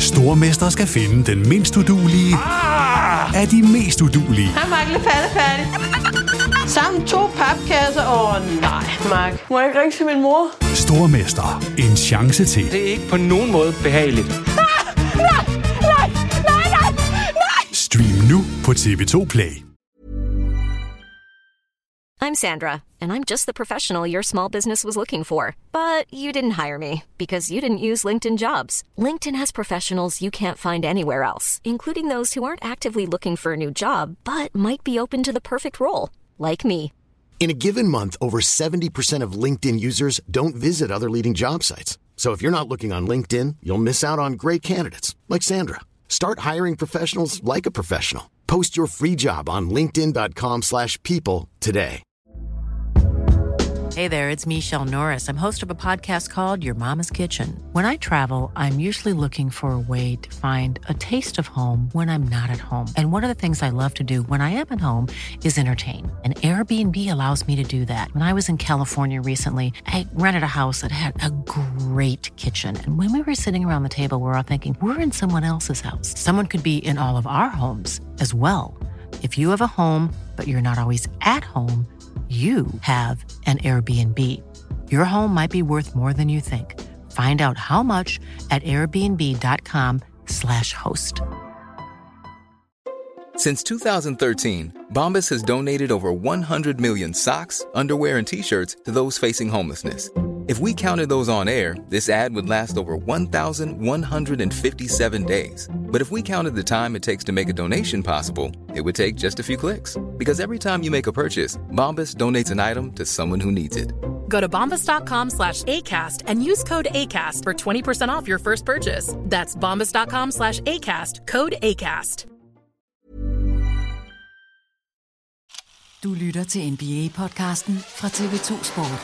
Stormester skal finde den mindst uduelige af de mest uduelige. Hej, Mark. Lidt færdig. Sammen 2 papkasser. Nej, Mark. Må jeg ikke ringe til min mor? Stormester. En chance til. Det er ikke på nogen måde behageligt. Nej. Stream nu på TV2 Play. I'm Sandra, and I'm just the professional your small business was looking for. But you didn't hire me because you didn't use LinkedIn Jobs. LinkedIn has professionals you can't find anywhere else, including those who aren't actively looking for a new job, but might be open to the perfect role, like me. In a given month, over 70% of LinkedIn users don't visit other leading job sites. So if you're not looking on LinkedIn, you'll miss out on great candidates like Sandra. Start hiring professionals like a professional. Post your free job on linkedin.com/people today. Hey there, it's Michelle Norris. I'm host of a podcast called Your Mama's Kitchen. When I travel, I'm usually looking for a way to find a taste of home when I'm not at home. And one of the things I love to do when I am at home is entertain. And Airbnb allows me to do that. When I was in California recently, I rented a house that had a great kitchen. And when we were sitting around the table, we were all thinking, we're in someone else's house. Someone could be in all of our homes as well. If you have a home, but you're not always at home, you have an Airbnb. Your home might be worth more than you think. Find out how much at airbnb.com/host. Since 2013, Bombas has donated over 100 million socks, underwear, and T-shirts to those facing homelessness. If we counted those on air, this ad would last over 1,157 days. But if we counted the time it takes to make a donation possible, it would take just a few clicks. Because every time you make a purchase, Bombas donates an item to someone who needs it. Go to bombas.com/ACAST and use code ACAST for 20% off your first purchase. That's bombas.com/ACAST, code ACAST. Du lytter til NBA-podcasten fra TV2 Sport.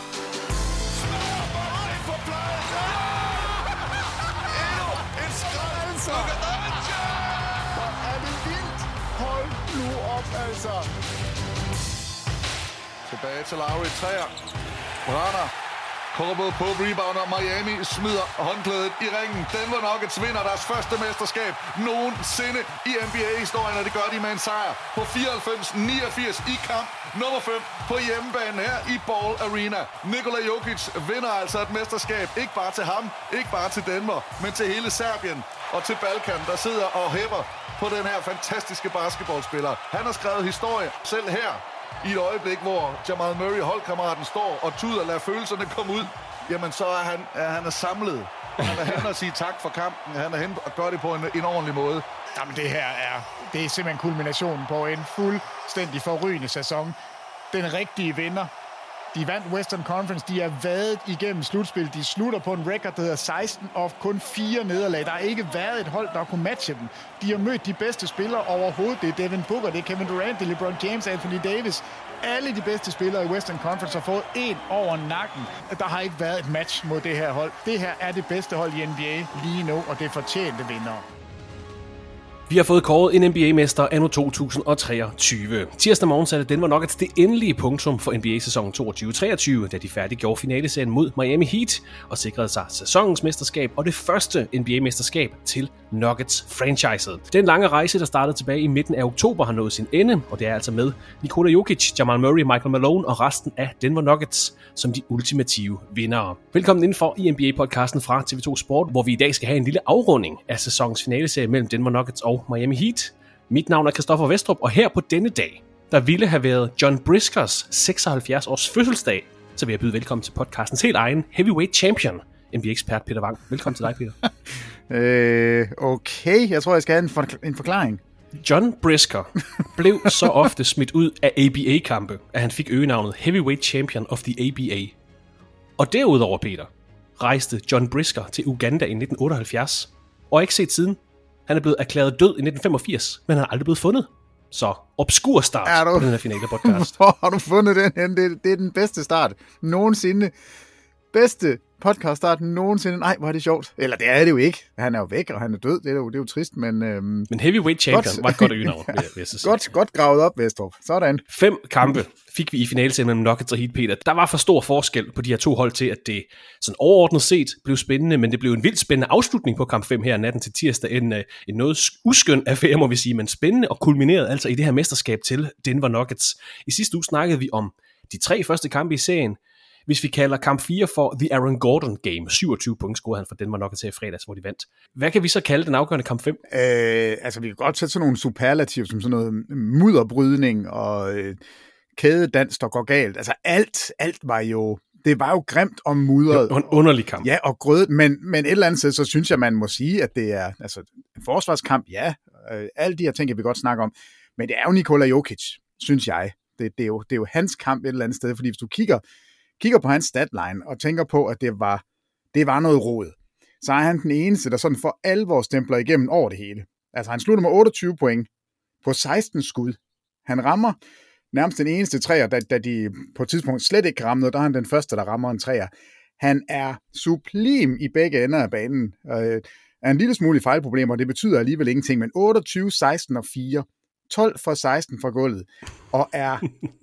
Tilbage til Lowry, træer. Brænder. Korbo på rebounder. Miami smider håndklædet i ringen. Denver Nuggets vinder deres første mesterskab nogensinde i NBA-historien, og det gør de med en sejr på 94-89 i kamp nummer 5 på hjemmebane her i Ball Arena. Nikola Jokic vinder altså et mesterskab, ikke bare til ham, ikke bare til Denver, men til hele Serbien og til Balkan, der sidder og hæpper på den her fantastiske basketballspiller. Han har skrevet historie selv her. I et øjeblik, hvor Jamal Murray, holdkammeraten, står og tuder og lader følelserne komme ud, jamen så er han er samlet. Han er hen og sige tak for kampen. Han er hen og gør det på en ordentlig måde. Jamen det er simpelthen kulminationen på en fuldstændig forrygende sæson. Den rigtige vinder. De vandt Western Conference, de er vadet igennem slutspil. De slutter på en record, der hedder 16 og kun 4 nederlag. Der har ikke været et hold, der kunne matche dem. De har mødt de bedste spillere overhovedet. Det er Devin Booker, det er Kevin Durant, det er LeBron James, Anthony Davis. Alle de bedste spillere i Western Conference har fået en over nakken. Der har ikke været et match mod det her hold. Det her er det bedste hold i NBA lige nu, og det er fortjente vindere. Vi har fået kåret en NBA-mester anno 2023. Tirsdag morgen satte Denver Nuggets det endelige punktum for NBA-sæsonen 22-23, da de færdiggjorde finaleserien mod Miami Heat og sikrede sig sæsonens mesterskab og det første NBA-mesterskab til Nuggets-franchiset. Den lange rejse, der startede tilbage i midten af oktober, har nået sin ende, og det er altså med Nikola Jokic, Jamal Murray, Michael Malone og resten af Denver Nuggets som de ultimative vindere. Velkommen indenfor i NBA-podcasten fra TV2 Sport, hvor vi i dag skal have en lille afrunding af sæsonens finaleserie mellem Denver Nuggets og Miami Heat. Mit navn er Christoffer Vestrup, og her på denne dag, der ville have været John Briskers 76 års fødselsdag, så vil jeg byde velkommen til podcastens helt egen heavyweight champion, NBA-ekspert Peter Wang. Velkommen til dig, Peter. Okay, jeg tror, jeg skal have en forklaring. John Brisker blev så ofte smidt ud af ABA-kampe, at han fik øgenavnet Heavyweight Champion of the ABA. Og derudover, Peter, rejste John Brisker til Uganda i 1978, og ikke set siden. Han er blevet erklæret død i 1985, men han er aldrig blevet fundet. Så obskur start på den her finale-podcast. Hvor har du fundet den hen? Det er den bedste start nogensinde. Bedste podcast start nogensinde. Nej, hvor er det sjovt. Eller det er det jo ikke. Han er jo væk, og han er død. Det er jo trist, men... Men Heavyweight Champion var et godt øgenavn, vil jeg sige. Godt gravet op, Vestrup. Sådan. 5 kampe fik vi i finaleserien mellem Nuggets og Heat, Peter. Der var for stor forskel på de her 2 hold til, at det sådan overordnet set blev spændende, men det blev en vildt spændende afslutning på kamp 5 her natten til tirsdag. En noget uskøn affære, må vi sige, men spændende og kulmineret altså i det her mesterskab til Denver Nuggets. I sidste uge snakkede vi om de 3 første kampe i serien. Hvis vi kalder kamp 4 for The Aaron Gordon Game, 27 point scorede han for Denver Nuggets her i fredags, hvor de vandt. Hvad kan vi så kalde den afgørende kamp 5? Altså, vi kan godt sætte sådan nogle superlativ, som sådan noget mudderbrydning og kædedans, der går galt. Altså, alt var jo... Det var jo grimt og mudret. En underlig kamp. Ja, og grødet, men et eller andet sted, så synes jeg, man må sige, at det er altså, en forsvarskamp, ja. Alle de her ting, kan vi godt snakke om. Men det er jo Nikola Jokic, synes jeg. Det er jo hans kamp et eller andet sted, fordi hvis du kigger på hans statline og tænker på, at det var noget rod, så er han den eneste, der sådan for alvor stempler igennem over det hele. Altså han slutter med 28 point på 16 skud. Han rammer nærmest den eneste træer, da de på et tidspunkt slet ikke rammer noget. Der er han den første, der rammer en træer. Han er sublim i begge ender af banen. Er en lille smule i fejlproblemer, det betyder alligevel ingenting, men 28, 16 og 4. 12 for 16 fra gulvet, og er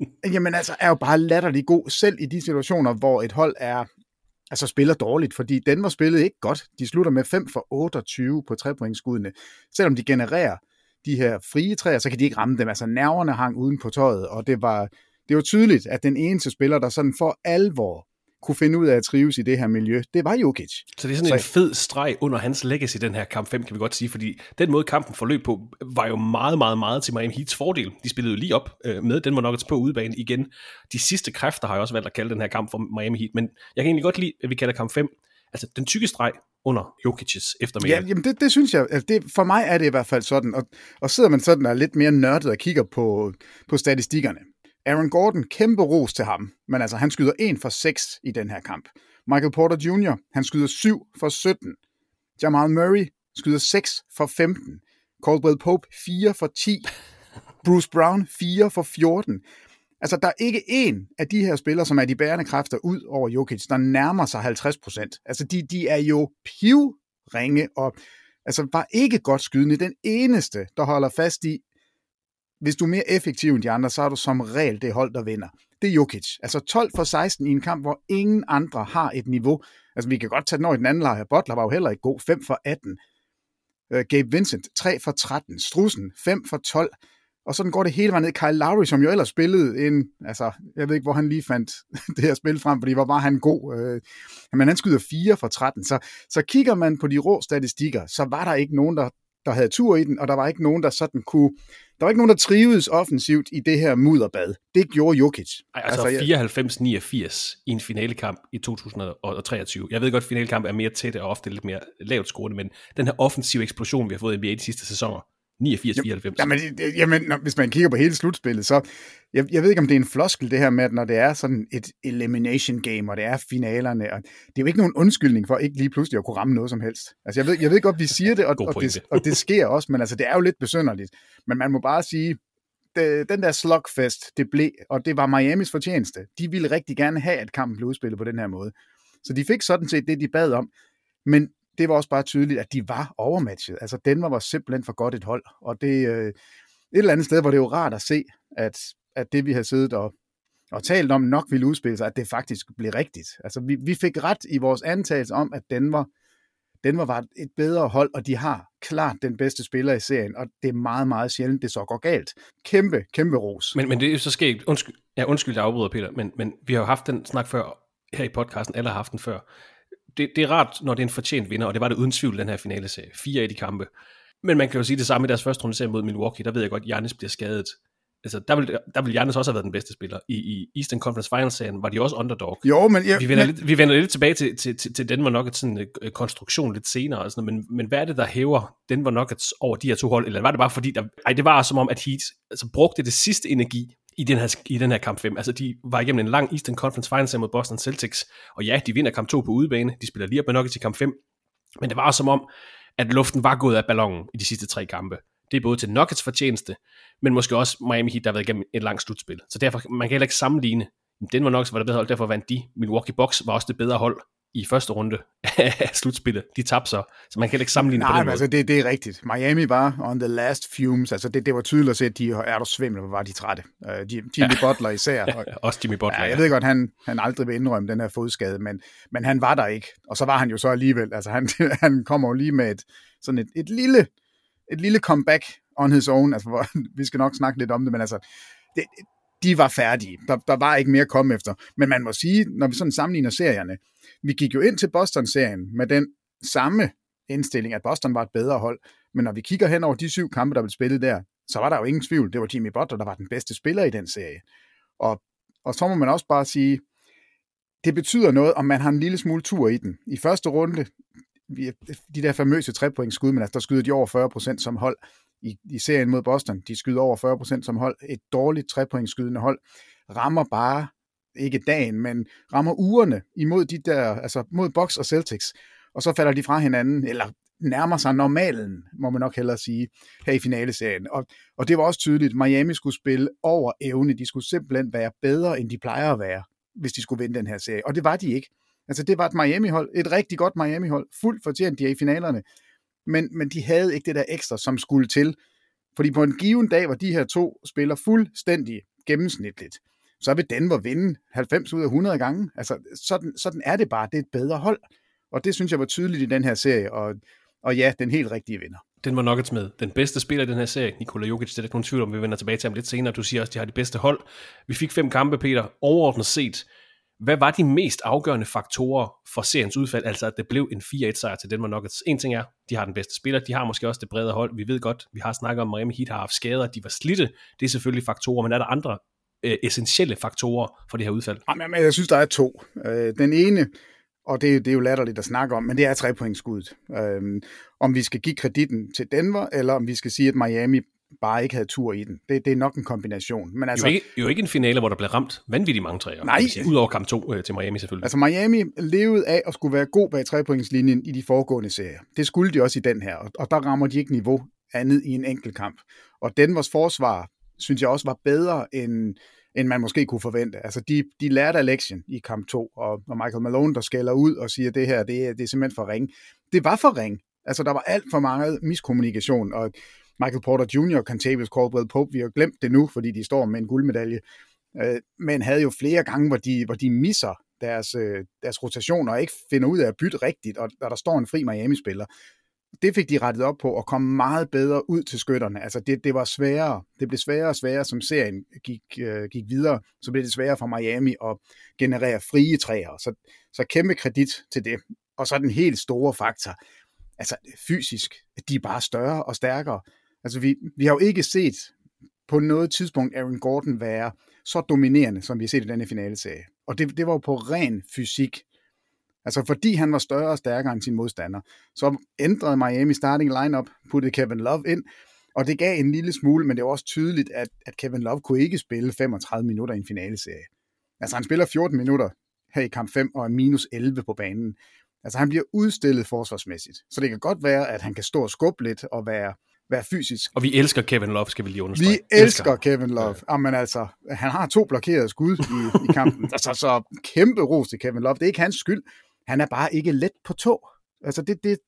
jo bare latterlig god, selv i de situationer, hvor et hold spiller dårligt, fordi Denver spillede ikke godt. De slutter med 5 for 28 på 3-pointsskuddene. Selvom de genererer de her frie træer, så kan de ikke ramme dem. Altså nerverne hang uden på tøjet, og det var tydeligt, at den eneste spiller, der sådan for alvor kunne finde ud af at trives i det her miljø, det var Jokic. Så det er sådan en fed streg under hans legacy, den her kamp 5, kan vi godt sige, fordi den måde kampen forløb på, var jo meget, meget, meget til Miami Heats fordel. De spillede jo lige op med Denver Nuggets på udebane igen. De sidste kræfter har jeg også valgt at kalde den her kamp for Miami Heat, men jeg kan egentlig godt lide, at vi kalder kamp 5, altså den tykke streg under Jokic's eftermæle. Ja, jamen det synes jeg, altså for mig er det i hvert fald sådan, og sidder man sådan og er lidt mere nørdet og kigger på statistikkerne. Aaron Gordon, kæmpe ros til ham, men altså han skyder 1 for 6 i den her kamp. Michael Porter Jr., han skyder 7 for 17. Jamal Murray skyder 6 for 15. Caldwell Pope 4 for 10. Bruce Brown 4 for 14. Altså der er ikke en af de her spillere, som er de bærende kræfter ud over Jokic, der nærmer sig 50%. Altså de er jo pivringe og altså var ikke godt skydende. Den eneste, der holder fast i, hvis du er mere effektiv end de andre, så er du som regel det hold, der vinder. Det er Jokic. Altså 12 for 16 i en kamp, hvor ingen andre har et niveau. Altså vi kan godt tage den over i den anden lejr. Butler var jo heller ikke god. 5 for 18. Gabe Vincent 3 for 13. Strussen 5 for 12. Og sådan går det hele vejen ned. Kyle Lowry, som jo ellers spillede jeg ved ikke, hvor han lige fandt det her spil frem, fordi hvor var han god. Men han skyder 4 for 13. Så kigger man på de rå statistikker, så var der ikke nogen, der havde tur i den, og der var ikke nogen, der sådan kunne... Der var ikke nogen, der trivedes offensivt i det her mudderbad. Det gjorde Jokic. Altså 94-89 i en finalekamp i 2023. Jeg ved godt, at finalekamp er mere tæt og ofte lidt mere lavt scorende, men den her offensive eksplosion, vi har fået i NBA de sidste sæsoner, 89-94. Jamen, hvis man kigger på hele slutspillet, så... Jeg ved ikke, om det er en floskel, det her med, at når det er sådan et elimination game, og det er finalerne, og det er jo ikke nogen undskyldning for ikke lige pludselig at kunne ramme noget som helst. Altså, jeg ved godt, vi siger det, og det sker også, men altså, det er jo lidt besynderligt. Men man må bare sige, den der slugfest, det blev, og det var Miamis fortjeneste. De ville rigtig gerne have, at kampen blev udspillet på den her måde. Så de fik sådan set det, de bad om, men det var også bare tydeligt, at de var overmatchet. Altså, Denver var simpelthen for godt et hold, og det et eller andet sted, hvor det er jo rart at se, at det, vi har siddet og talt om, nok ville udspille sig, at det faktisk blev rigtigt. Altså, vi fik ret i vores antagelse om, at Denver var et bedre hold, og de har klart den bedste spiller i serien, og det er meget, meget sjældent, det så går galt. Kæmpe ros. Men det er jo så sket. Undskyld, jeg afbryder, Peter, men vi har jo haft den snak før her i podcasten, eller har haft den før. Det er rart, når det er en fortjent vinder, og det var det uden tvivl, den her finaleserie. 4 af de kampe. Men man kan jo sige det samme i deres første rundeserie mod Milwaukee. Der ved jeg godt, at Giannis bliver skadet. Altså, der vil Giannis også have været den bedste spiller. I Eastern Conference Finals-serien var de også underdog. Jo, men... Vi vender lidt tilbage til Denver Nuggets sådan, konstruktion lidt senere. Og sådan, men hvad er det, der hæver Denver Nuggets over de her 2 hold? Eller var det bare fordi, det var som om, at Heat brugte det sidste energi i den her kamp 5. Altså, de var igennem en lang Eastern Conference Finals mod Boston Celtics. Og ja, de vinder kamp 2 på udebane. De spiller lige op med Nuggets i kamp 5. Men det var som om, at luften var gået af ballonen i de sidste 3 kampe. Det er både til Nuggets fortjeneste, men måske også Miami Heat, der har været igennem et langt slutspil. Så derfor, man kan heller ikke sammenligne. Denver Nuggets var det bedre hold, derfor vandt de. Milwaukee Bucks var også det bedre hold. i første runde af slutspillet. De tabte så man kan ikke sammenligne på den måde. Altså det er rigtigt. Miami var on the last fumes. Altså det var tydeligt at se, at de er der svimmel, hvor var de trætte. Jimmy Butler især. Også Jimmy Butler. Jeg ved godt, han aldrig vil indrømme den her fodskade, men han var der ikke. Og så var han jo så alligevel. Altså han kommer jo lige med et lille comeback on his own. Altså vi skal nok snakke lidt om det, men altså de var færdige. Der var ikke mere at komme efter. Men man må sige, når vi sådan sammenligner serierne, vi gik jo ind til Boston-serien med den samme indstilling, at Boston var et bedre hold. Men når vi kigger hen over de 7 kampe, der blev spillet der, så var der jo ingen tvivl. Det var Jimmy Butler, der var den bedste spiller i den serie. Og så må man også bare sige, det betyder noget, om man har en lille smule tur i den. I første runde, de der famøse 3-pointsskud, men altså, der skyder de over 40% som hold. I serien mod Boston, de skyder over 40% som hold. Et dårligt 3-pointskydende hold rammer bare, ikke dagen, men rammer ugerne imod de der, altså mod Bucks og Celtics, og så falder de fra hinanden, eller nærmer sig normalen, må man nok hellere sige, her i finaleserien. Og det var også tydeligt, Miami skulle spille over evne, de skulle simpelthen være bedre, end de plejer at være, hvis de skulle vinde den her serie, og det var de ikke. Altså det var et Miami-hold, et rigtig godt Miami-hold, fuldt fortjent, de er i finalerne, men de havde ikke det der ekstra, som skulle til. Fordi på en given dag, hvor de her 2 spiller fuldstændig gennemsnitligt, så vil Denver vinde 90 ud af 100 gange. Altså, sådan er det bare. Det er et bedre hold. Og det synes jeg var tydeligt i den her serie. Og ja, den helt rigtige vinder. Den var Nuggets med den bedste spiller i den her serie. Nikola Jokic, det er ikke nogen tvivl om, vi vender tilbage til ham lidt senere. Du siger også, at de har de bedste hold. Vi fik 5 kampe, Peter. Overordnet set, hvad var de mest afgørende faktorer for seriens udfald? Altså, at det blev en 4-1-sejr til Denver Nuggets. En ting er, de har den bedste spiller. De har måske også det brede hold. Vi ved godt, vi har snakket om, Miami Heat har haft skader. De var slidte. Det er selvfølgelig faktorer, men er der andre essentielle faktorer for det her udfald? Jamen, jeg synes, der er 2. Den ene, og det er jo latterligt at snakke om, men det er 3-pointskuddet. Om vi skal give kreditten til Denver, eller om vi skal sige, at Miami bare ikke havde tur i den. Det er nok en kombination. Men altså, jo ikke en finale, hvor der blev ramt vanvittigt mange træer. Nej. Udover kamp 2 til Miami selvfølgelig. Altså Miami levede af at skulle være god bag 3-pointslinjen i de foregående serier. Det skulle de også i den her, og der rammer de ikke niveau andet i en enkelt kamp. Og Denvers forsvar, synes jeg også var bedre, end man måske kunne forvente. Altså de lærte af lektion i kamp 2, og Michael Malone, der skælder ud og siger, at det her, det er simpelthen for ring. Det var for ring. Altså der var alt for meget miskommunikation, og Michael Porter Jr. og Kentavious Caldwell-Pope, vi har glemt det nu, fordi de står med en guldmedalje, men havde jo flere gange, hvor de misser deres rotationer og ikke finder ud af at bytte rigtigt, og der står en fri Miami-spiller. Det fik de rettet op på og kom meget bedre ud til skytterne. Altså det var sværere. Det blev sværere og sværere, som serien gik videre. Så blev det sværere for Miami at generere frie træer. Så kæmpe kredit til det. Og så den helt store faktor. Altså fysisk, de er bare større og stærkere. Altså vi har jo ikke set på noget tidspunkt Aaron Gordon være så dominerende, som vi har set i denne finaleserie. Og det var jo på ren fysik. Altså fordi han var større og stærkere end sin modstander, så ændrede Miami starting lineup, puttede Kevin Love ind, og det gav en lille smule, men det var også tydeligt, at Kevin Love kunne ikke spille 35 minutter i en finaleserie. Altså han spiller 14 minutter her i kamp 5 og er minus 11 på banen. Altså han bliver udstillet forsvarsmæssigt, så det kan godt være, at han kan stå og skubbe lidt og være fysisk. Og vi elsker Kevin Love, skal vi lige understrege. Vi elsker Kevin Love. Jamen altså, han har 2 blokerede skud i kampen. Altså, så kæmpe ros til Kevin Love. Det er ikke hans skyld. Han er bare ikke let på tå. Altså,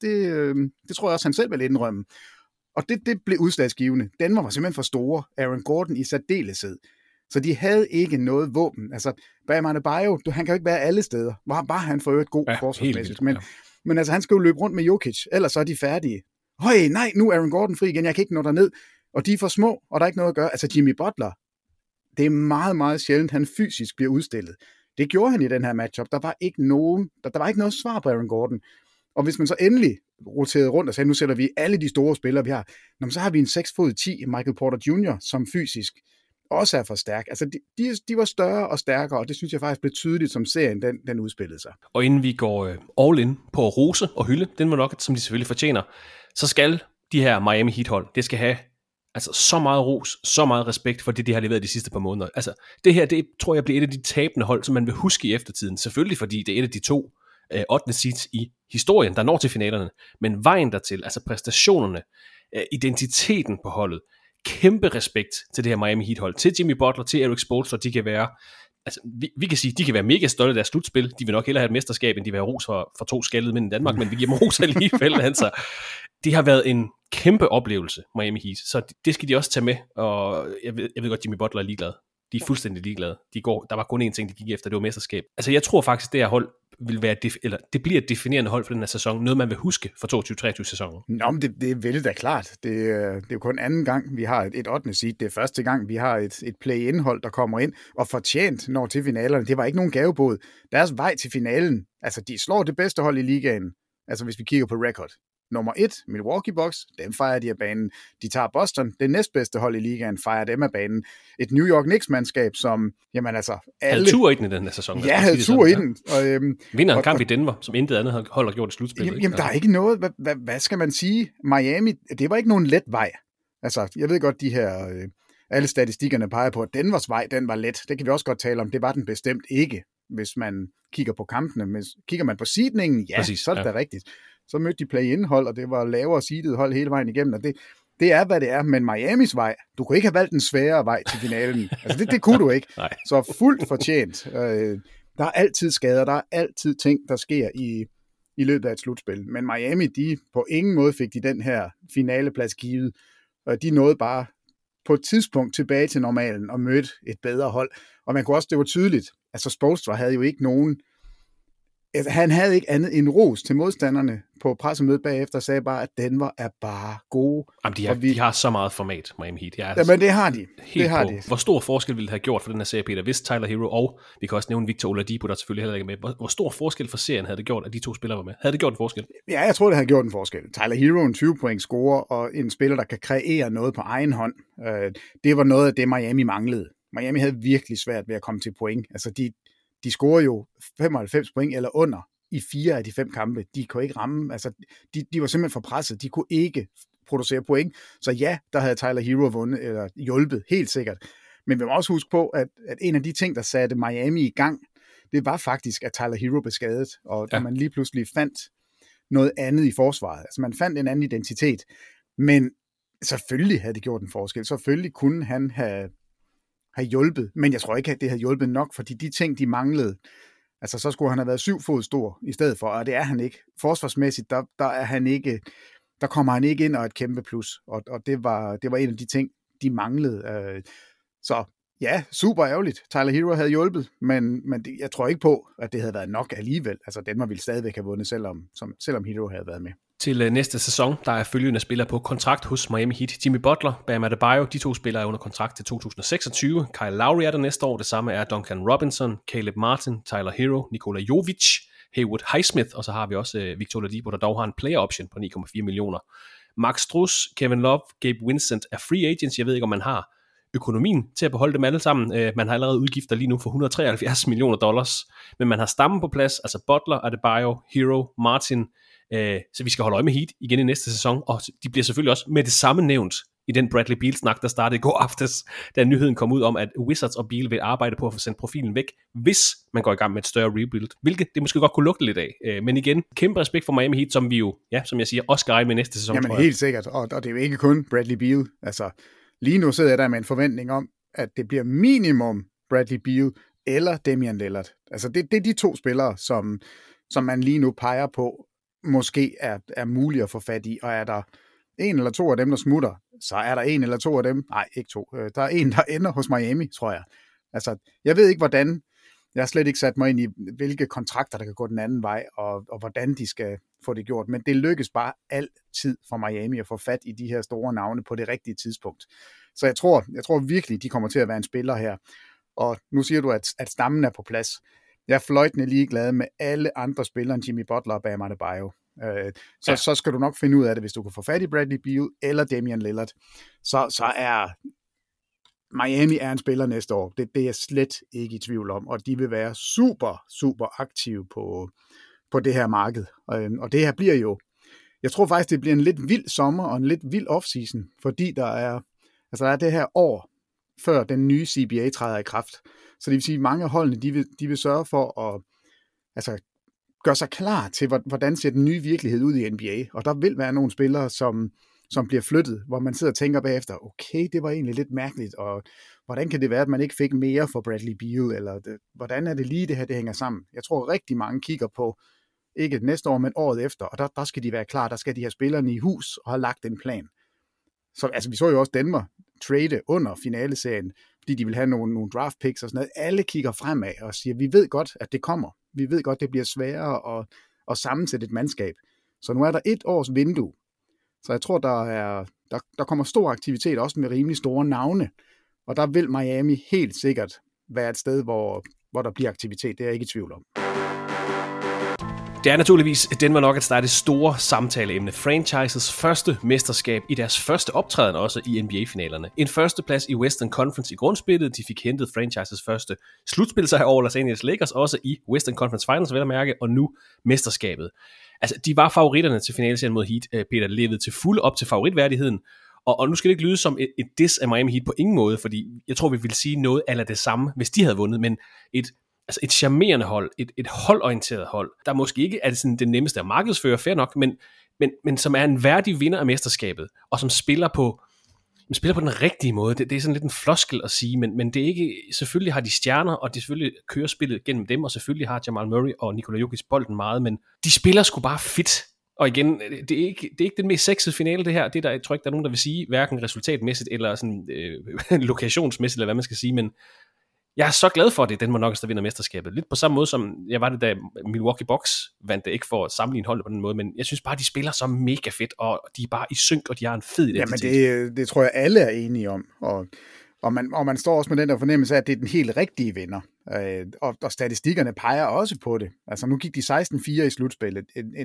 det tror jeg også, han selv vil indrømme. Og det blev udslagsgivende. Denver var simpelthen for store. Aaron Gordon i særdeleshed. Så de havde ikke noget våben. Altså, Bam Adebayo, han kan jo ikke være alle steder. Var han for øvrigt god forsvarsmæssigt. Men altså, han skal jo løbe rundt med Jokic, ellers så er de færdige. Høj, nej, nu er Aaron Gordon fri igen, jeg kan ikke nå derned. Og de er for små, og der er ikke noget at gøre. Altså, Jimmy Butler, det er meget, meget sjældent, han fysisk bliver udstillet. Det gjorde han i den her matchup. Der var ikke noget svar på Aaron Gordon. Og hvis man så endelig roterede rundt og sagde, nu sætter vi alle de store spillere, vi har, så har vi en 6'10" Michael Porter Jr., som fysisk også er for stærk. Altså, de var større og stærkere, og det synes jeg faktisk blev tydeligt, som serien den udspillede sig. Og inden vi går all in på at rose og hylde den Nuggets, som de selvfølgelig fortjener, så skal de her Miami Heat-hold, det skal have altså så meget ros, så meget respekt for det, de har leveret de sidste par måneder. Altså, det her, det tror jeg bliver et af de tabende hold, som man vil huske i eftertiden. Selvfølgelig, fordi det er et af de 2 8. seeds i historien, der når til finalerne. Men vejen dertil, altså præstationerne, identiteten på holdet, kæmpe respekt til det her Miami Heat-hold, til Jimmy Butler, til Erik Spoelstra, de kan være altså, vi kan sige, de kan være mega stolte af deres slutspil. De vil nok hellere have et mesterskab, end de vil have ros for 2 skaldede mænd i Danmark, men vi giver dem ros alligevel. Altså, det har været en kæmpe oplevelse, Miami Heat, så det skal de også tage med, og jeg ved godt, Jimmy Butler er ligeglad. De er fuldstændig ligeglade. Der var kun én ting, de gik efter, det var mesterskab. Altså, jeg tror faktisk, det her hold vil være, det bliver et definerende hold for den her sæson. Noget, man vil huske for 22-23 sæsonen. Nå, men det er vel da klart. Det er jo kun anden gang, vi har et 8. seed. Det er første gang, vi har et play-in-hold, der kommer ind og fortjent når til finalerne. Det var ikke nogen gavebod. Deres vej til finalen, altså de slår det bedste hold i ligaen, altså hvis vi kigger på record. Nummer 1, Milwaukee Bucks, dem fejrer de af banen. De tager Boston, det næstbedste hold i ligaen, fejrer dem af banen. Et New York Knicks-mandskab, som, jamen altså... Havde tur i den i den her sæson. Ja, havde tur i den. Vinder en kamp i Denver, som intet andet hold har gjort i slutspillet. Jamen, der er ikke noget... Hvad skal man sige? Miami, det var ikke nogen let vej. Altså, jeg ved godt, de her... alle statistikkerne peger på, at Denvers vej, den var let. Det kan vi også godt tale om. Det var den bestemt ikke, hvis man kigger på kampene. Men kigger man på seedningen, ja, præcis, så er det da rigtigt. Så mødte de play-in-hold, og det var lavere seedet hold hele vejen igennem, og det er, hvad det er. Men Miamis vej, du kunne ikke have valgt en sværere vej til finalen. Altså, det kunne du ikke. Så fuldt fortjent. Der er altid skader, der er altid ting, der sker i løbet af et slutspil. Men Miami, på ingen måde fik de den her finaleplads givet. Og de nåede bare på et tidspunkt tilbage til normalen og mødte et bedre hold. Og man kunne også, det var tydeligt, altså Spoelstra havde jo ikke nogen... Han havde ikke andet end ros til modstanderne på pressemødet bagefter, og sagde bare, at Denver er bare gode. Jamen, de har så meget format, Miami Heat. Jamen, det har de. Hvor stor forskel ville det have gjort for den her serie, Peter, hvis Tyler Hero, og vi kan også nævne Victor Oladipo, der selvfølgelig heller ikke er med. Hvor stor forskel for serien havde det gjort, at de 2 spillere var med? Havde det gjort en forskel? Ja, jeg tror, det havde gjort en forskel. Tyler Hero, en 20-point scorer, og en spiller, der kan kreere noget på egen hånd. Det var noget af det, Miami manglede. Miami havde virkelig svært ved at komme til point. Altså, de scorer jo 95 point eller under i 4 af de 5 kampe. De kunne ikke ramme, altså de var simpelthen for presset. De kunne ikke producere point. Så ja, der havde Tyler Hero vundet eller hjulpet, helt sikkert. Men vi må også huske på, at en af de ting, der satte Miami i gang, det var faktisk, at Tyler Hero blev skadet, og at man lige pludselig fandt noget andet i forsvaret. Altså man fandt en anden identitet. Men selvfølgelig havde det gjort en forskel. Selvfølgelig kunne han have hjulpet, men jeg tror ikke, at det havde hjulpet nok, fordi de ting, de manglede, altså så skulle han have været 7 fod stor i stedet for, og det er han ikke. Forsvarsmæssigt, der er han ikke, der kommer han ikke ind og et kæmpe plus, og det var en af de ting, de manglede. Så ja, super ærgerligt. Tyler Hero havde hjulpet, men jeg tror ikke på, at det havde været nok alligevel. Altså Denver ville stadigvæk have vundet, selvom Hero havde været med. Til næste sæson, der er følgende spillere på kontrakt hos Miami Heat. Jimmy Butler, Bam Adebayo, de 2 spillere er under kontrakt til 2026. Kyle Lowry er der næste år, det samme er Duncan Robinson, Caleb Martin, Tyler Hero, Nikola Jovic, Haywood Highsmith, og så har vi også Victor Oladipo, der dog har en player option på 9,4 millioner. Max Strus, Kevin Love, Gabe Vincent er free agents. Jeg ved ikke, om man har økonomien til at beholde dem alle sammen. Man har allerede udgifter lige nu for 173 millioner dollars, men man har stammen på plads, altså Butler, Adebayo, Hero, Martin, så vi skal holde øje med Heat igen i næste sæson, og de bliver selvfølgelig også med det samme nævnt i den Bradley Beal-snak, der startede i går aftes, da nyheden kom ud om, at Wizards og Beal vil arbejde på at få sendt profilen væk, hvis man går i gang med et større rebuild, hvilket det måske godt kunne lugte lidt af. Men igen, kæmpe respekt for Miami Heat, som vi jo, ja, som jeg siger, også skal regne med næste sæson. Jamen helt sikkert, og det er jo ikke kun Bradley Beal. Altså, lige nu sidder jeg der med en forventning om, at det bliver minimum Bradley Beal eller Damian Lillard. Altså, det er de 2 spillere, som man lige nu peger på, måske er muligt at få fat i, og er der 1 eller 2 af dem, der smutter, så er der 1 eller 2 af dem, nej, ikke 2, der er 1, der ender hos Miami, tror jeg. Altså, jeg ved ikke, hvordan, jeg har slet ikke sat mig ind i, hvilke kontrakter, der kan gå den anden vej, og hvordan de skal få det gjort, men det lykkes bare altid for Miami at få fat i de her store navne på det rigtige tidspunkt. Så jeg tror virkelig, de kommer til at være en spiller her, og nu siger du, at stammen er på plads. Jeg er fløjtende ligeglad med alle andre spillere end Jimmy Butler og Bam Adebayo. Så skal du nok finde ud af det, hvis du kan få fat i Bradley Beal eller Damian Lillard. Så er Miami er en spiller næste år. Det er jeg slet ikke i tvivl om, og de vil være super, super aktive på det her marked. Og det her bliver jo, jeg tror faktisk, det bliver en lidt vild sommer og en lidt vild offseason, fordi der er det her år, før den nye CBA træder i kraft. Så det vil sige, at mange af holdene, de vil sørge for at gøre sig klar til, hvordan ser den nye virkelighed ud i NBA. Og der vil være nogle spillere, som som bliver flyttet, hvor man sidder og tænker bagefter, okay, det var egentlig lidt mærkeligt, og hvordan kan det være, at man ikke fik mere for Bradley Beal, eller hvordan er det lige det her, det hænger sammen? Jeg tror rigtig mange kigger på, ikke næste år, men året efter, og der skal de være klar, der skal de have spillerne i hus og have lagt en plan. Så altså, vi så jo også Denver trade under finaleserien, fordi de vil have nogle draft picks og sådan noget. Alle kigger fremad og siger, vi ved godt, at det kommer. Vi ved godt, det bliver sværere at sammensætte et mandskab. Så nu er der 1 års vindue. Så jeg tror, der kommer stor aktivitet, også med rimelig store navne. Og der vil Miami helt sikkert være et sted, hvor der bliver aktivitet. Det er jeg ikke i tvivl om. Det er naturligvis Denver Nuggets, der er det store samtaleemne. Franchises første mesterskab i deres første optræden også i NBA-finalerne. En førsteplads i Western Conference i grundspillet. De fik hentet franchises første slutspilsejr over Los Angeles Lakers, også i Western Conference Finals, vel at mærke, og nu mesterskabet. Altså, de var favoritterne til finaleserien mod Heat. Peter levede til fulde op til favoritværdigheden. Og nu skal det ikke lyde som et diss af Miami Heat på ingen måde, fordi jeg tror, vi ville sige noget eller det samme, hvis de havde vundet, men et charmerende hold, et holdorienteret hold, der måske ikke er sådan det nemmeste at markedsføre, fair nok, men som er en værdig vinder af mesterskabet, og som spiller på den rigtige måde. Det er sådan lidt en floskel at sige, men det er ikke, selvfølgelig har de stjerner, og de selvfølgelig kører spillet gennem dem, og selvfølgelig har Jamal Murray og Nikola Jokic bolden meget, men de spiller sgu bare fedt. Og igen, det er ikke den mest sexede finale, det her. Det der, jeg tror ikke, der er nogen, der vil sige, hverken resultatmæssigt eller sådan, lokationsmæssigt, eller hvad man skal sige, men jeg er så glad for, at det er Denver Nuggets, der vinder mesterskabet. Lidt på samme måde, som jeg var det, da Milwaukee Bucks vandt det, ikke for at sammenligne holdet på den måde, men jeg synes bare, de spiller så mega fedt, og de er bare i synk, og de har en fed identitet. Jamen, det tror jeg, alle er enige om, og man står også med den der fornemmelse af, at det er den helt rigtige vinder, og statistikkerne peger også på det. Altså, nu gik de 16-4 i slutspillet.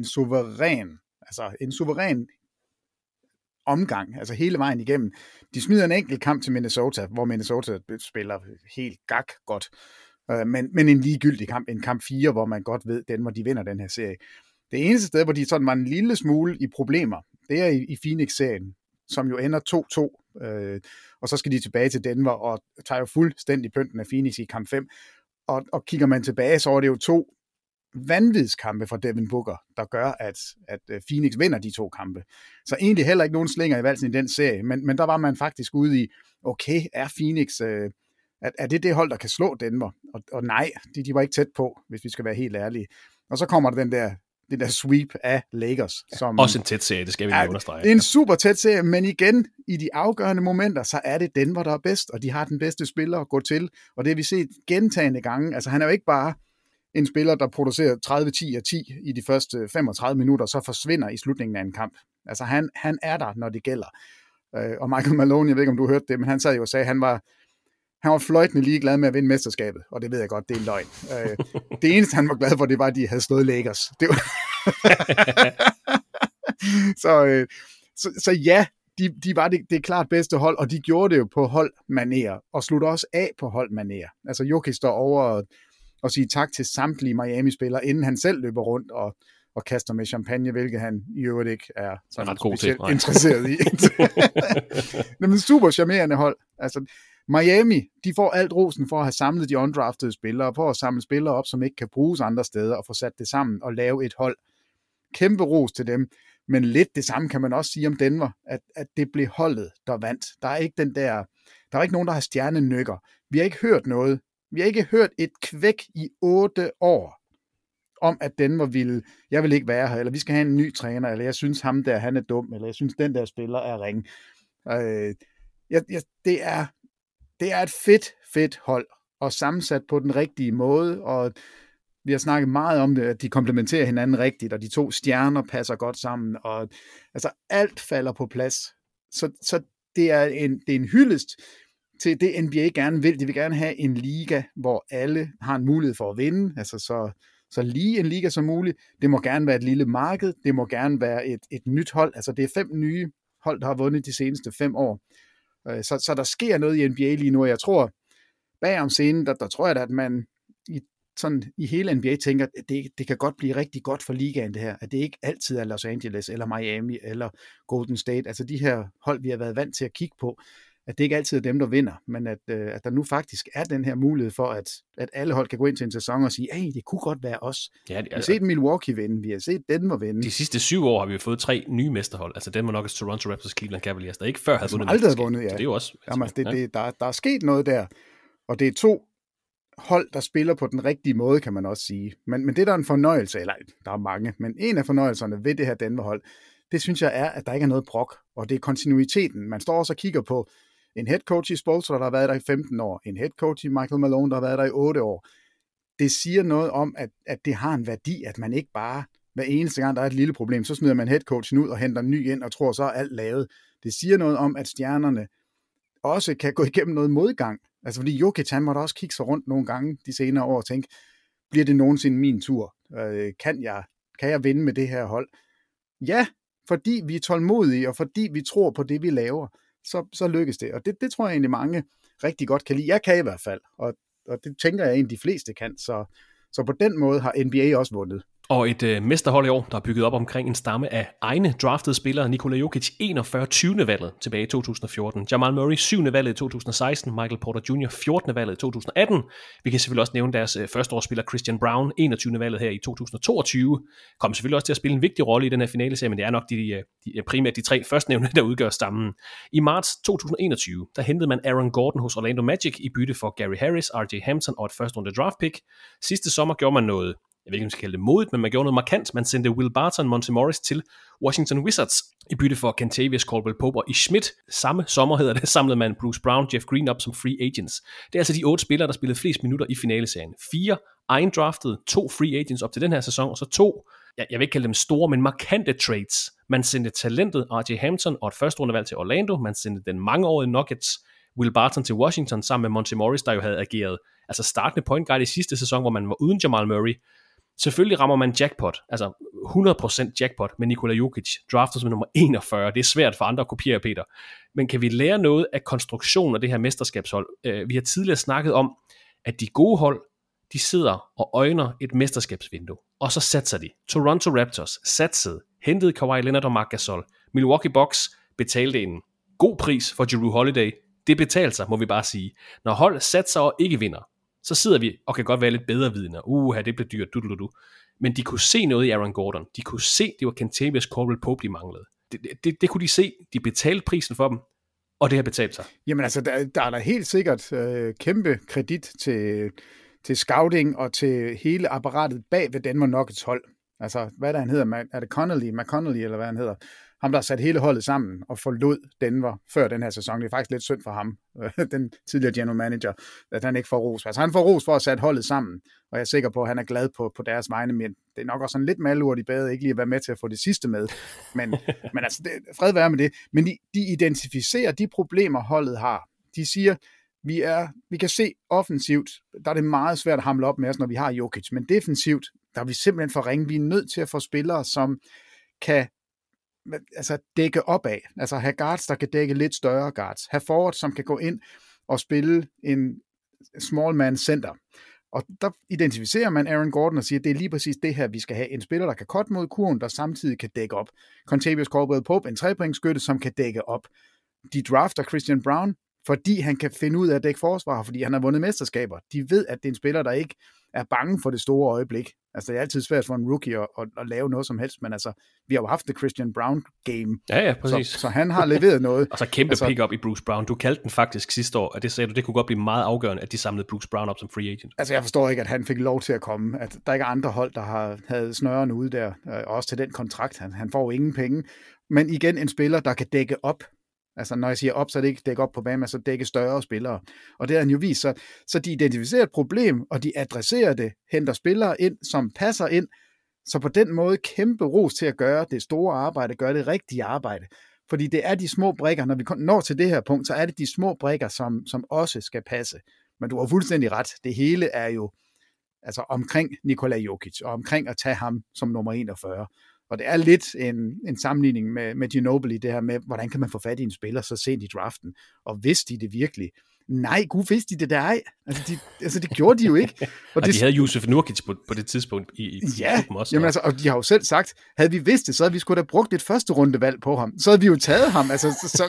En suveræn omgang, altså hele vejen igennem. De smider en enkelt kamp til Minnesota, hvor Minnesota spiller helt godt. Men en ligegyldig kamp, en kamp 4, hvor man godt ved, Denver, de vinder den her serie. Det eneste sted, hvor de sådan var en lille smule i problemer, det er i Phoenix-serien, som jo ender 2-2, og så skal de tilbage til Denver, og tager jo fuldstændig pynten af Phoenix i kamp 5, og kigger man tilbage, så er det jo 2 vanvidskampe fra Devin Booker, der gør, at Phoenix vinder de 2 kampe. Så egentlig heller ikke nogen slinger i valsen i den serie, men der var man faktisk ude i, okay, er Phoenix, er det hold, der kan slå Denver? Og nej, de var ikke tæt på, hvis vi skal være helt ærlige. Og så kommer der den der sweep af Lakers. Som, også en tæt serie, det skal vi lige understrege. Det er en super tæt serie, men igen, i de afgørende momenter, så er det Denver, der er bedst, og de har den bedste spiller at gå til, og det har vi set gentagende gange. Altså han er jo ikke bare en spiller, der producerer 30-10-10 i de første 35 minutter, så forsvinder i slutningen af en kamp. Altså han er der, når det gælder. Og Michael Malone, jeg ved ikke, om du hørte det, men han sad jo og sagde, han var fløjtende ligeglad med at vinde mesterskabet, og det ved jeg godt, det er en løgn. Det eneste, han var glad for, det var, at de havde slået Lakers. Det var så ja, de var det klart bedste hold, og de gjorde det jo på holdmanér, og slutter også af på holdmanér. Altså Jokic står over og sige tak til samtlige Miami-spillere, inden han selv løber rundt og kaster med champagne, hvilket han i øvrigt ikke er sådan specielt interesseret i. Men super charmerende hold. Altså, Miami, de får alt rosen for at have samlet de undraftede spillere, for at samle spillere op, som ikke kan bruges andre steder, og få sat det sammen og lave et hold. Kæmpe ros til dem, men lidt det samme kan man også sige om Denver, at det blev holdet, der vandt. Der er ikke nogen, der har stjernenykker. Vi har ikke hørt noget. Vi har ikke hørt et kvæk i 8 år om, at Denver jeg vil ikke være her, eller vi skal have en ny træner, eller jeg synes ham der, han er dum, eller jeg synes den der spiller er ring. Det er et fedt hold, og sammensat på den rigtige måde, og vi har snakket meget om det, at de komplementerer hinanden rigtigt, og de 2 stjerner passer godt sammen, og altså alt falder på plads. Så det er en hyldest til det NBA gerne vil. De vil gerne have en liga, hvor alle har en mulighed for at vinde, altså så lige en liga som muligt. Det må gerne være et lille marked, det må gerne være et nyt hold, altså det er 5 nye hold, der har vundet de seneste 5 år. Så der sker noget i NBA lige nu, og jeg tror, bagom scenen, der tror jeg da, at man i hele NBA tænker, at det kan godt blive rigtig godt for ligaen det her, at det ikke altid er Los Angeles, eller Miami, eller Golden State, altså de her hold, vi har været vant til at kigge på, at det ikke altid er dem, der vinder, men at der nu faktisk er den her mulighed for, at alle hold kan gå ind til en sæson og sige, hey, det kunne godt være os. Ja, vi har set Milwaukee vinde, vi har set Denver vinde. De sidste 7 år har vi fået 3 nye mesterhold, altså Denver Nuggets, Toronto Raptors, Cleveland Cavaliers, der ikke før havde vundet. Aldrig vundet, ja. Så det er jo også... Jamen, der er sket noget der, og det er 2 hold, der spiller på den rigtige måde, kan man også sige. Men det, der er en fornøjelse, eller der er mange, men en af fornøjelserne ved det her Denver-hold, det synes jeg er, at der ikke er noget brok, og det er kontinuiteten. Man står også og kigger på en head coach i Spoelstra, der har været der i 15 år, en head coach i Michael Malone, der har været der i 8 år. Det siger noget om, at det har en værdi, at man ikke bare, hver eneste gang der er et lille problem, så smider man head coachen ud og henter en ny ind, og tror, så er alt lavet. Det siger noget om, at stjernerne også kan gå igennem noget modgang. Altså fordi Jokic, han måtte også kigge sig rundt nogle gange de senere år og tænke, bliver det nogensinde min tur? Kan jeg vinde med det her hold? Ja, fordi vi er tålmodige, og fordi vi tror på det, vi laver, så lykkes det. Og det tror jeg egentlig mange rigtig godt kan lide. Jeg kan i hvert fald, og det tænker jeg egentlig de fleste kan. Så på den måde har NBA også vundet. Og et mesterhold i år, der er bygget op omkring en stamme af egne draftede spillere. Nikola Jokic 41. 20. valget tilbage i 2014. Jamal Murray 7. valget i 2016. Michael Porter Jr. 14. valget i 2018. Vi kan selvfølgelig også nævne deres førsteårsspiller Christian Brown 21. valget her i 2022. Kommer selvfølgelig også til at spille en vigtig rolle i den her finaleserie, men det er nok primært de 3 førstnævnte, der udgør stammen. I marts 2021, der hentede man Aaron Gordon hos Orlando Magic i bytte for Gary Harris, R.J. Hampton og et førsterunde draft pick. Sidste sommer gjorde man noget, jeg ved ikke, om man skal kalde det modigt, men man gjorde noget markant. Man sendte Will Barton, Monte Morris til Washington Wizards i bytte for Kentavious Caldwell-Pope og Ish Smith. Samme sommer samlede man Bruce Brown, Jeff Green op som free agents. Det er altså de 8 spillere, der spillede flest minutter i finaleserien. 4 egendraftede, 2 free agents op til den her sæson, og så 2, jeg vil ikke kalde dem store, men markante trades. Man sendte talentet R.J. Hampton og et førsterundevalg til Orlando. Man sendte den mangeårige Nuggets Will Barton til Washington sammen med Monte Morris, der jo havde ageret altså startende point guard i sidste sæson, hvor man var uden Jamal Murray. Selvfølgelig rammer man jackpot, altså 100% jackpot med Nikola Jokic, draftet som nummer 41. Det er svært for andre at kopiere, Peter. Men kan vi lære noget af konstruktionen af det her mesterskabshold? Vi har tidligere snakket om, at de gode hold, de sidder og øjner et mesterskabsvindue, og så satser de. Toronto Raptors satsede, hentede Kawhi Leonard og Marc Gasol. Milwaukee Bucks betalte en god pris for Jrue Holiday. Det betalte sig, må vi bare sige. Når hold satser og ikke vinder, så sidder vi og kan godt være lidt bedre vidner. Det blev dyrt, Men de kunne se noget i Aaron Gordon. De kunne se, det var Kentavious Caldwell-Pope, de manglede. Det kunne de se. De betalte prisen for dem, og det har betalt sig. Jamen altså, der er der helt sikkert kæmpe kredit til scouting og til hele apparatet bag ved Denver Nuggets hold. Altså, hvad der han hedder, er det McConnelly, eller hvad han hedder? Ham, der har sat hele holdet sammen og forlod Denver før den her sæson. Det er faktisk lidt synd for ham, den tidligere general manager, at han ikke får ros. Altså, han får ros for at sætte holdet sammen, og jeg er sikker på, at han er glad på deres vegne, men det er nok også sådan lidt malurt i badet, ikke lige at være med til at få det sidste med. Men altså, fred være med det. Men de identificerer de problemer, holdet har. De siger, vi kan se offensivt, der er det meget svært at hamle op med os, når vi har Jokic, men defensivt, der er vi simpelthen for ringe. Vi er nødt til at få spillere, som kan dække opad. Altså have guards, der kan dække lidt større guards. Have forwards, som kan gå ind og spille en small man center. Og der identificerer man Aaron Gordon og siger, at det er lige præcis det her, vi skal have. En spiller, der kan cutte mod kurven, der samtidig kan dække op. Kentavious Caldwell-Pope, en trepointsskytte, som kan dække op. De drafter Christian Brown, fordi han kan finde ud af at dække forsvar, fordi han har vundet mesterskaber. De ved, at det er en spiller, der ikke er bange for det store øjeblik. Altså, det er altid svært for en rookie at lave noget som helst, men altså, vi har jo haft det Christian Brown game. Ja, præcis. Så han har leveret noget. Og så kæmpe pick-up i Bruce Brown. Du kaldte den faktisk sidste år, og det sagde du, det kunne godt blive meget afgørende, at de samlede Bruce Brown op som free agent. Altså, jeg forstår ikke, at han fik lov til at komme. At der ikke er andre hold, der havde snøren ude der, også til den kontrakt. Han får jo ingen penge. Men igen, en spiller, der kan dække op. Altså, når jeg siger op, så er det ikke dække op på banen, men så dække større spillere. Og det har han jo vist. Så de identificerer et problem, og de adresserer det, henter spillere ind, som passer ind. Så på den måde kæmpe ros til at gøre det store arbejde, gøre det rigtige arbejde. Fordi det er de små brikker, når vi når til det her punkt, så er det de små brikker, som også skal passe. Men du har fuldstændig ret. Det hele er jo altså omkring Nikola Jokic, og omkring at tage ham som nummer 41. Og det er lidt en sammenligning med Ginobili, det her med, hvordan kan man få fat i en spiller så sent i draften, og vidste de det virkelig, Nej, gud vidste de det der ej. Altså, det gjorde de jo ikke. Og de havde Jusuf Nurkic på det tidspunkt i klubben også. Jamen, altså, og de har jo selv sagt, havde vi vidst det, så havde vi sgu da brugt et første rundevalg på ham. Så havde vi jo taget ham. Altså,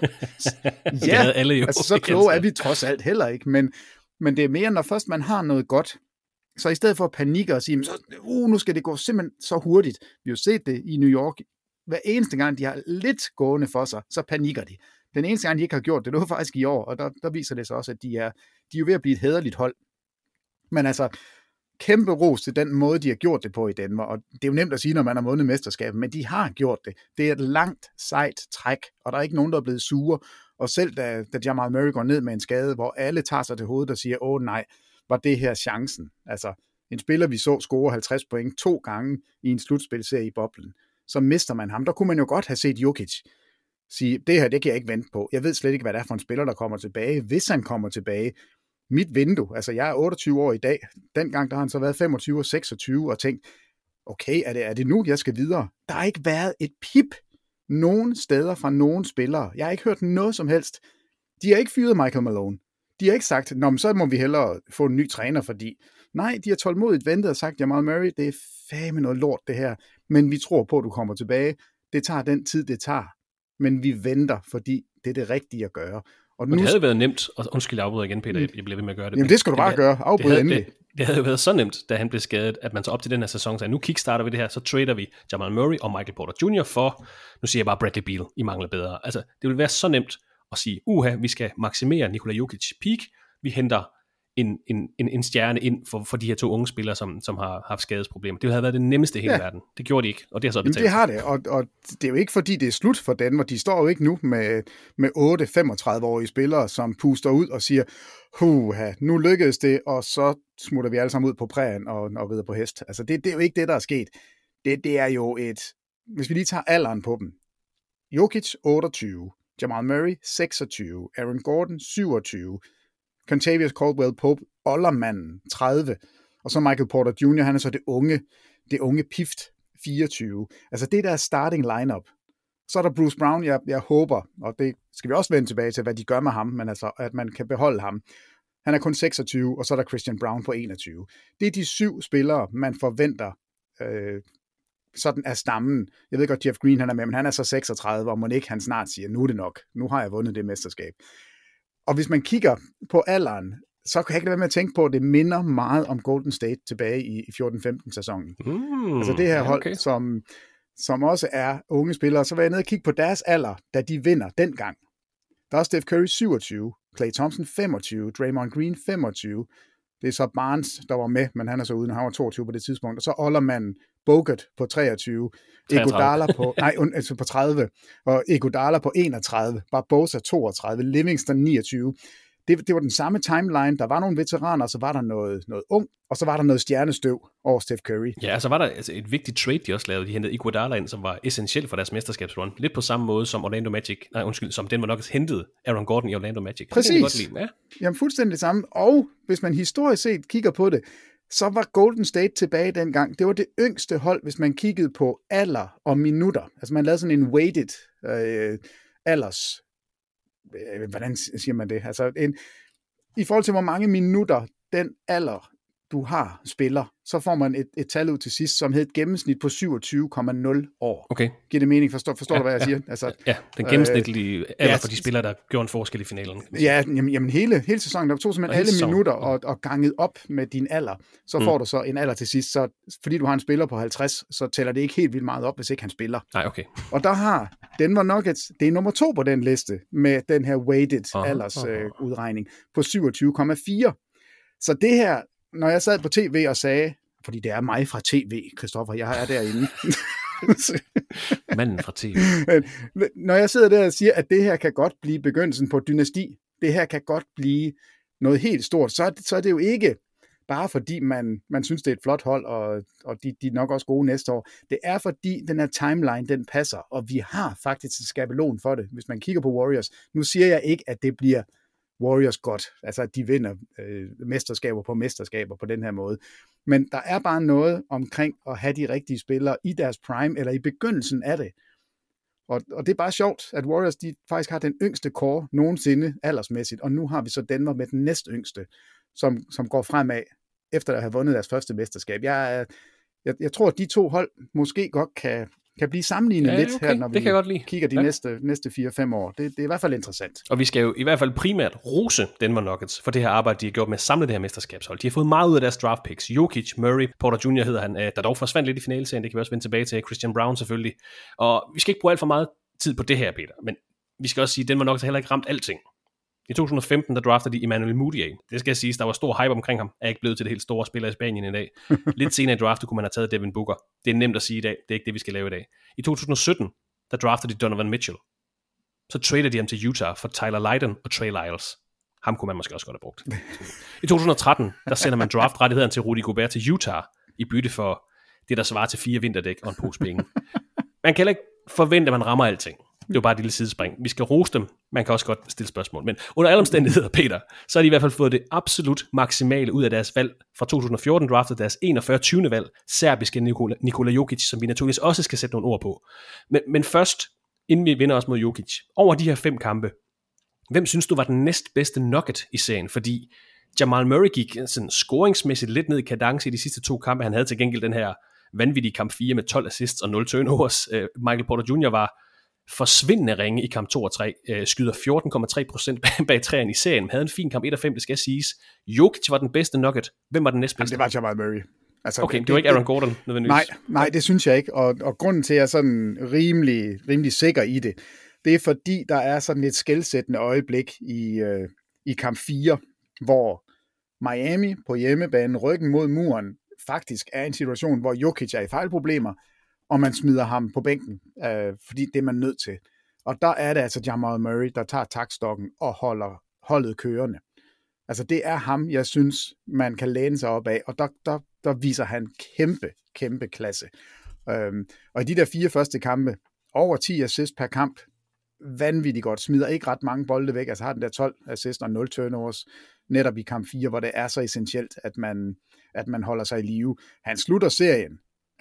det havde alle jo. Altså, så kloge er vi trods alt heller ikke. Men det er mere, når først man har noget godt, så i stedet for at panikke og sige, nu skal det gå simpelthen så hurtigt. Vi har jo set det i New York. Hver eneste gang, de har lidt gående for sig, så panikker de. Den eneste gang, de ikke har gjort det, det var faktisk i år, og der viser det sig også, at de er jo ved at blive et hæderligt hold. Men altså, kæmpe ros til den måde, de har gjort det på i Danmark, og det er jo nemt at sige, når man har vundet mesterskabet, men de har gjort det. Det er et langt, sejt træk, og der er ikke nogen, der er blevet sure, og selv da Jamal Murray går ned med en skade, hvor alle tager sig til hovedet og siger, nej, var det her chancen? Altså, en spiller, vi så score 50 point 2 gange i en slutspilserie i boblen, så mister man ham. Der kunne man jo godt have set Jokic sige, det her, det kan jeg ikke vente på. Jeg ved slet ikke, hvad det er for en spiller, der kommer tilbage. Hvis han kommer tilbage, mit vindue, altså jeg er 28 år i dag, dengang der har han så været 25 og 26, og tænkt, okay, er det nu, jeg skal videre? Der har ikke været et pip nogen steder fra nogen spillere. Jeg har ikke hørt noget som helst. De har ikke fyret Michael Malone. De har ikke sagt, så må vi hellere få en ny træner, fordi nej, de har tålmodigt ventet og sagt, Jamal Murray, det er fandme noget lort det her, men vi tror på, at du kommer tilbage. Det tager den tid, det tager. Men vi venter, fordi det er det rigtige at gøre. Og det havde været nemt, og undskyld, jeg afbryder igen, Peter, jeg bliver ved med at gøre det. Jamen det skal du bare gøre, afbryd endelig. Det havde jo været så nemt, da han blev skadet, at man så op til den her sæson sagde, nu kickstarter vi det her, så trader vi Jamal Murray og Michael Porter Jr. for, nu siger jeg bare Bradley Beal, I mangler bedre. Altså, det ville være så nemt at sige, vi skal maksimere Nikola Jokic peak, vi henter en stjerne ind for de her 2 unge spillere, som har haft skadesproblemer. Det havde været det nemmeste i hele verden. Det gjorde de ikke, og det har så betalt. Det har det, og det er jo ikke fordi, det er slut for Danmark. De står jo ikke nu med 8 35-årige spillere, som puster ud og siger, nu lykkedes det, og så smutter vi alle sammen ud på prærien og videre på hest. Altså, det er jo ikke det, der er sket. Det er jo hvis vi lige tager alderen på dem. Jokic 28, Jamal Murray 26, Aaron Gordon 27, Kentavious Caldwell-Pope, oldermanden, 30, og så Michael Porter Jr., han er så det unge pift, 24. Altså det der er starting lineup. Så er der Bruce Brown, jeg håber, og det skal vi også vende tilbage til, hvad de gør med ham, men altså, at man kan beholde ham. Han er kun 26, og så er der Christian Brown på 21. Det er de 7 spillere, man forventer, sådan er stammen. Jeg ved godt, Jeff Green han er med, men han er så 36, og må ikke han snart siger, nu er det nok, nu har jeg vundet det mesterskab. Og hvis man kigger på alderen, så kan jeg ikke lade være med at tænke på, at det minder meget om Golden State tilbage i 14-15 sæsonen. Altså det her hold, som også er unge spillere. Så var jeg nede og kigge på deres alder, da de vinder dengang. Der er Steph Curry 27, Klay Thompson 25, Draymond Green 25. Det er så Barnes, der var med, men han er så uden, han var 22 på det tidspunkt. Og så oldermanden Bogut på 23, Iguodala på 30, og Iguodala på 31, Barbosa 32, Livingston 29. Det var den samme timeline. Der var nogle veteraner, så var der noget ung, og så var der noget stjernestøv over Steph Curry. Ja, altså var der et vigtigt trade, de også lavede. De hentede Iguodala ind, som var essentiel for deres mesterskabsrun. Lidt på samme måde som som Denver Nuggets hentede Aaron Gordon i Orlando Magic. Præcis. Ja. Jamen fuldstændig det samme. Og hvis man historisk set kigger på det, så var Golden State tilbage dengang. Det var det yngste hold, hvis man kiggede på alder og minutter. Altså man lavede sådan en weighted alders. Hvordan siger man det? Altså i forhold til, hvor mange minutter den alder, du har, spiller, så får man et tal ud til sidst, som hedder et gennemsnit på 27,0 år. Okay. Giver det mening? Forstår du, hvad jeg siger? Altså, den gennemsnitlige alder for de spillere, der gjorde en forskel i finalen. Ja, jamen hele sæsonen, der tog simpelthen alle minutter og ganget op med din alder, så får du så en alder til sidst. Så fordi du har en spiller på 50, så tæller det ikke helt vildt meget op, hvis ikke han spiller. Nej, okay. Og der har Denver Nuggets, det er nummer 2 på den liste, med den her weighted aldersudregning på 27,4. Så det her, når jeg sad på tv og sagde, fordi det er mig fra tv, Christoffer, jeg er derinde. Manden fra tv. Når jeg sidder der og siger, at det her kan godt blive begyndelsen på dynasti, det her kan godt blive noget helt stort, så er det jo ikke bare fordi man synes, det er et flot hold, og de er nok også gode næste år. Det er fordi, den her timeline, den passer, og vi har faktisk en skabelon for det, hvis man kigger på Warriors. Nu siger jeg ikke, at det bliver Warriors godt, altså at de vinder mesterskaber på den her måde. Men der er bare noget omkring at have de rigtige spillere i deres prime, eller i begyndelsen af det. Og det er bare sjovt, at Warriors de faktisk har den yngste core nogensinde aldersmæssigt, og nu har vi så Denver med den næst yngste, som går fremad efter at have vundet deres første mesterskab. Jeg tror, at de to hold måske godt kan blive sammenlignet lidt her, når vi kigger de næste 4-5 år. Det er i hvert fald interessant. Og vi skal jo i hvert fald primært rose Denver Nuggets for det her arbejde, de har gjort med at samle det her mesterskabshold. De har fået meget ud af deres draft picks. Jokic, Murray, Porter Jr. hedder han, der dog forsvandt lidt i finaleserien. Det kan vi også vende tilbage til. Christian Brown selvfølgelig. Og vi skal ikke bruge alt for meget tid på det her, Peter. Men vi skal også sige, at Denver Nuggets har heller ikke ramt alting. I 2015, der draftede de Emmanuel Mudiay. Det skal siges, der var stor hype omkring ham. Er ikke blevet til det helt store spiller i Spanien i dag. Lidt senere i draftet kunne man have taget Devin Booker. Det er nemt at sige i dag. Det er ikke det, vi skal lave i dag. I 2017, der draftede de Donovan Mitchell. Så tradede de ham til Utah for Tyler Lydon og Trey Lyles. Ham kunne man måske også godt have brugt. I 2013, der sender man draftrettighederne til Rudy Gobert til Utah i bytte for det, der svarer til 4 vinterdæk og en pose penge. Man kan heller ikke forvente, at man rammer alting. Det var bare et lille sidespring. Vi skal rose dem. Man kan også godt stille spørgsmål. Men under alle omstændigheder, Peter, så har de i hvert fald fået det absolut maksimale ud af deres valg. Fra 2014 draftede deres 41. 20. valg, serbiske Nikola Jokic, som vi naturligvis også skal sætte nogle ord på. Men først, inden vi vinder os mod Jokic, over de her 5 kampe, hvem synes du var den næstbedste nugget i serien? Fordi Jamal Murray gik sådan scoringsmæssigt lidt ned i kadence i de sidste 2 kampe. Han havde til gengæld den her vanvittige kamp 4 med 12 assists og 0 turnovers. Michael Porter Jr. var forsvindende ringe i kamp 2 og 3, skyder 14,3% bag træerne i serien, havde en fin kamp 1 og 5, det skal siges. Jokic var den bedste nugget. Hvem var den næstbedste? Det var Jamal Murray. Altså, okay, det var ikke Aaron Gordon nødvendigvis. Nej, det synes jeg ikke, og grunden til, at jeg er sådan rimelig sikker i det, det er fordi, der er sådan et skelsættende øjeblik i kamp 4, hvor Miami på hjemmebane, ryggen mod muren, faktisk er en situation, hvor Jokic er i fejlproblemer, og man smider ham på bænken, fordi det er man nødt til. Og der er det altså Jamal Murray, der tager taktstokken og holder holdet kørende. Altså det er ham, jeg synes, man kan læne sig op af, og der viser han kæmpe klasse. Og i de der 4 første kampe, over 10 assist per kamp, vanvittigt godt, smider ikke ret mange bolde væk, altså har den der 12 assist og 0 turnovers, netop i kamp 4, hvor det er så essentielt, at man holder sig i live. Han slutter serien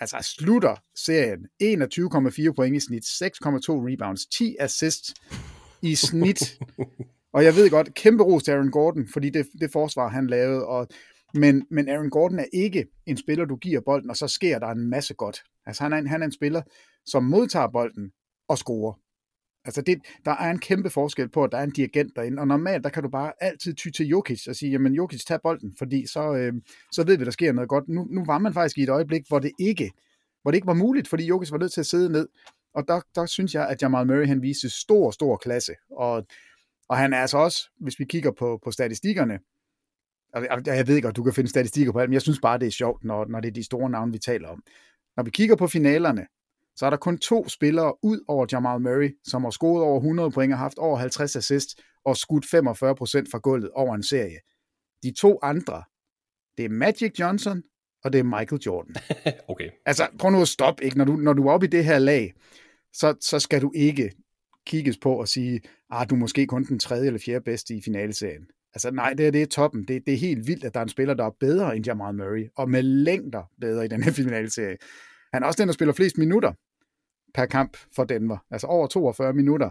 21,4 point i snit, 6,2 rebounds, 10 assists i snit. Og jeg ved godt, kæmpe ros til Aaron Gordon, fordi det forsvar, han lavede. Men Aaron Gordon er ikke en spiller, du giver bolden, og så sker der en masse godt. Altså han er en spiller, som modtager bolden og scorer. Altså der er en kæmpe forskel på, at der er en dirigent derinde, og normalt, der kan du bare altid ty til Jokic og sige, jamen Jokic, tag bolden, fordi så ved vi, der sker noget godt. Nu var man faktisk i et øjeblik, hvor det ikke var muligt, fordi Jokic var nødt til at sidde ned, og der synes jeg, at Jamal Murray, han viste stor klasse, og han er altså også, hvis vi kigger på statistikkerne, og jeg ved godt, du kan finde statistikker på alt, men jeg synes bare, det er sjovt, når det er de store navne, vi taler om. Når vi kigger på finalerne, så er der kun 2 spillere ud over Jamal Murray, som har scoret over 100 point og haft over 50 assist og skudt 45% fra gulvet over en serie. De 2 andre, det er Magic Johnson, og det er Michael Jordan. Okay. Altså, prøv nu at stoppe, ikke? Når du er oppe i det her lag, så skal du ikke kigges på og sige, du er måske kun den 3. eller 4. bedste i finaleserien. Altså nej, det er toppen. Det er helt vildt, at der er en spiller, der er bedre end Jamal Murray, og med længder bedre i den her finaleserie. Han er også den, der spiller flest minutter per kamp for Denver. Altså over 42 minutter.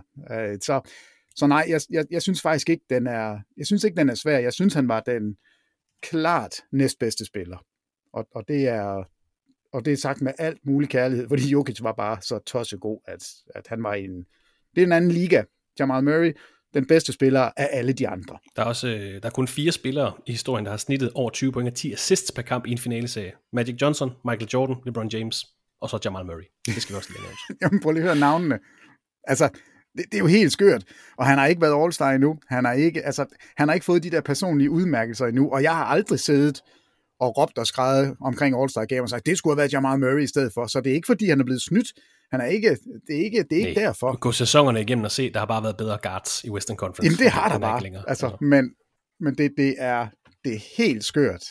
Så nej, jeg synes faktisk ikke, den er svær. Jeg synes, han var den klart næstbedste spiller. Og det er sagt med alt mulig kærlighed, fordi Jokic var bare så tossegod, at han var det er en anden liga. Jamal Murray, den bedste spiller af alle de andre. Der er kun 4 spillere i historien, der har snittet over 20 point og 10 assists per kamp i en finaleserie. Magic Johnson, Michael Jordan, LeBron James og så Jamal Murray. Det skal vi også lige nævne. Jamen, prøv lige at høre navnene. Altså, det er jo helt skørt. Og han har ikke været All-Star endnu. Han har ikke fået de der personlige udmærkelser endnu. Og jeg har aldrig siddet og råbt og skreget omkring All-Star Game og sagt, det skulle have været Jamal Murray i stedet for. Så det er ikke, fordi han er blevet snydt. Det er ikke derfor. Gå sæsonerne igennem og se, der har bare været bedre guards i Western Conference. Jamen, det har der bare. Altså, men det er helt skørt,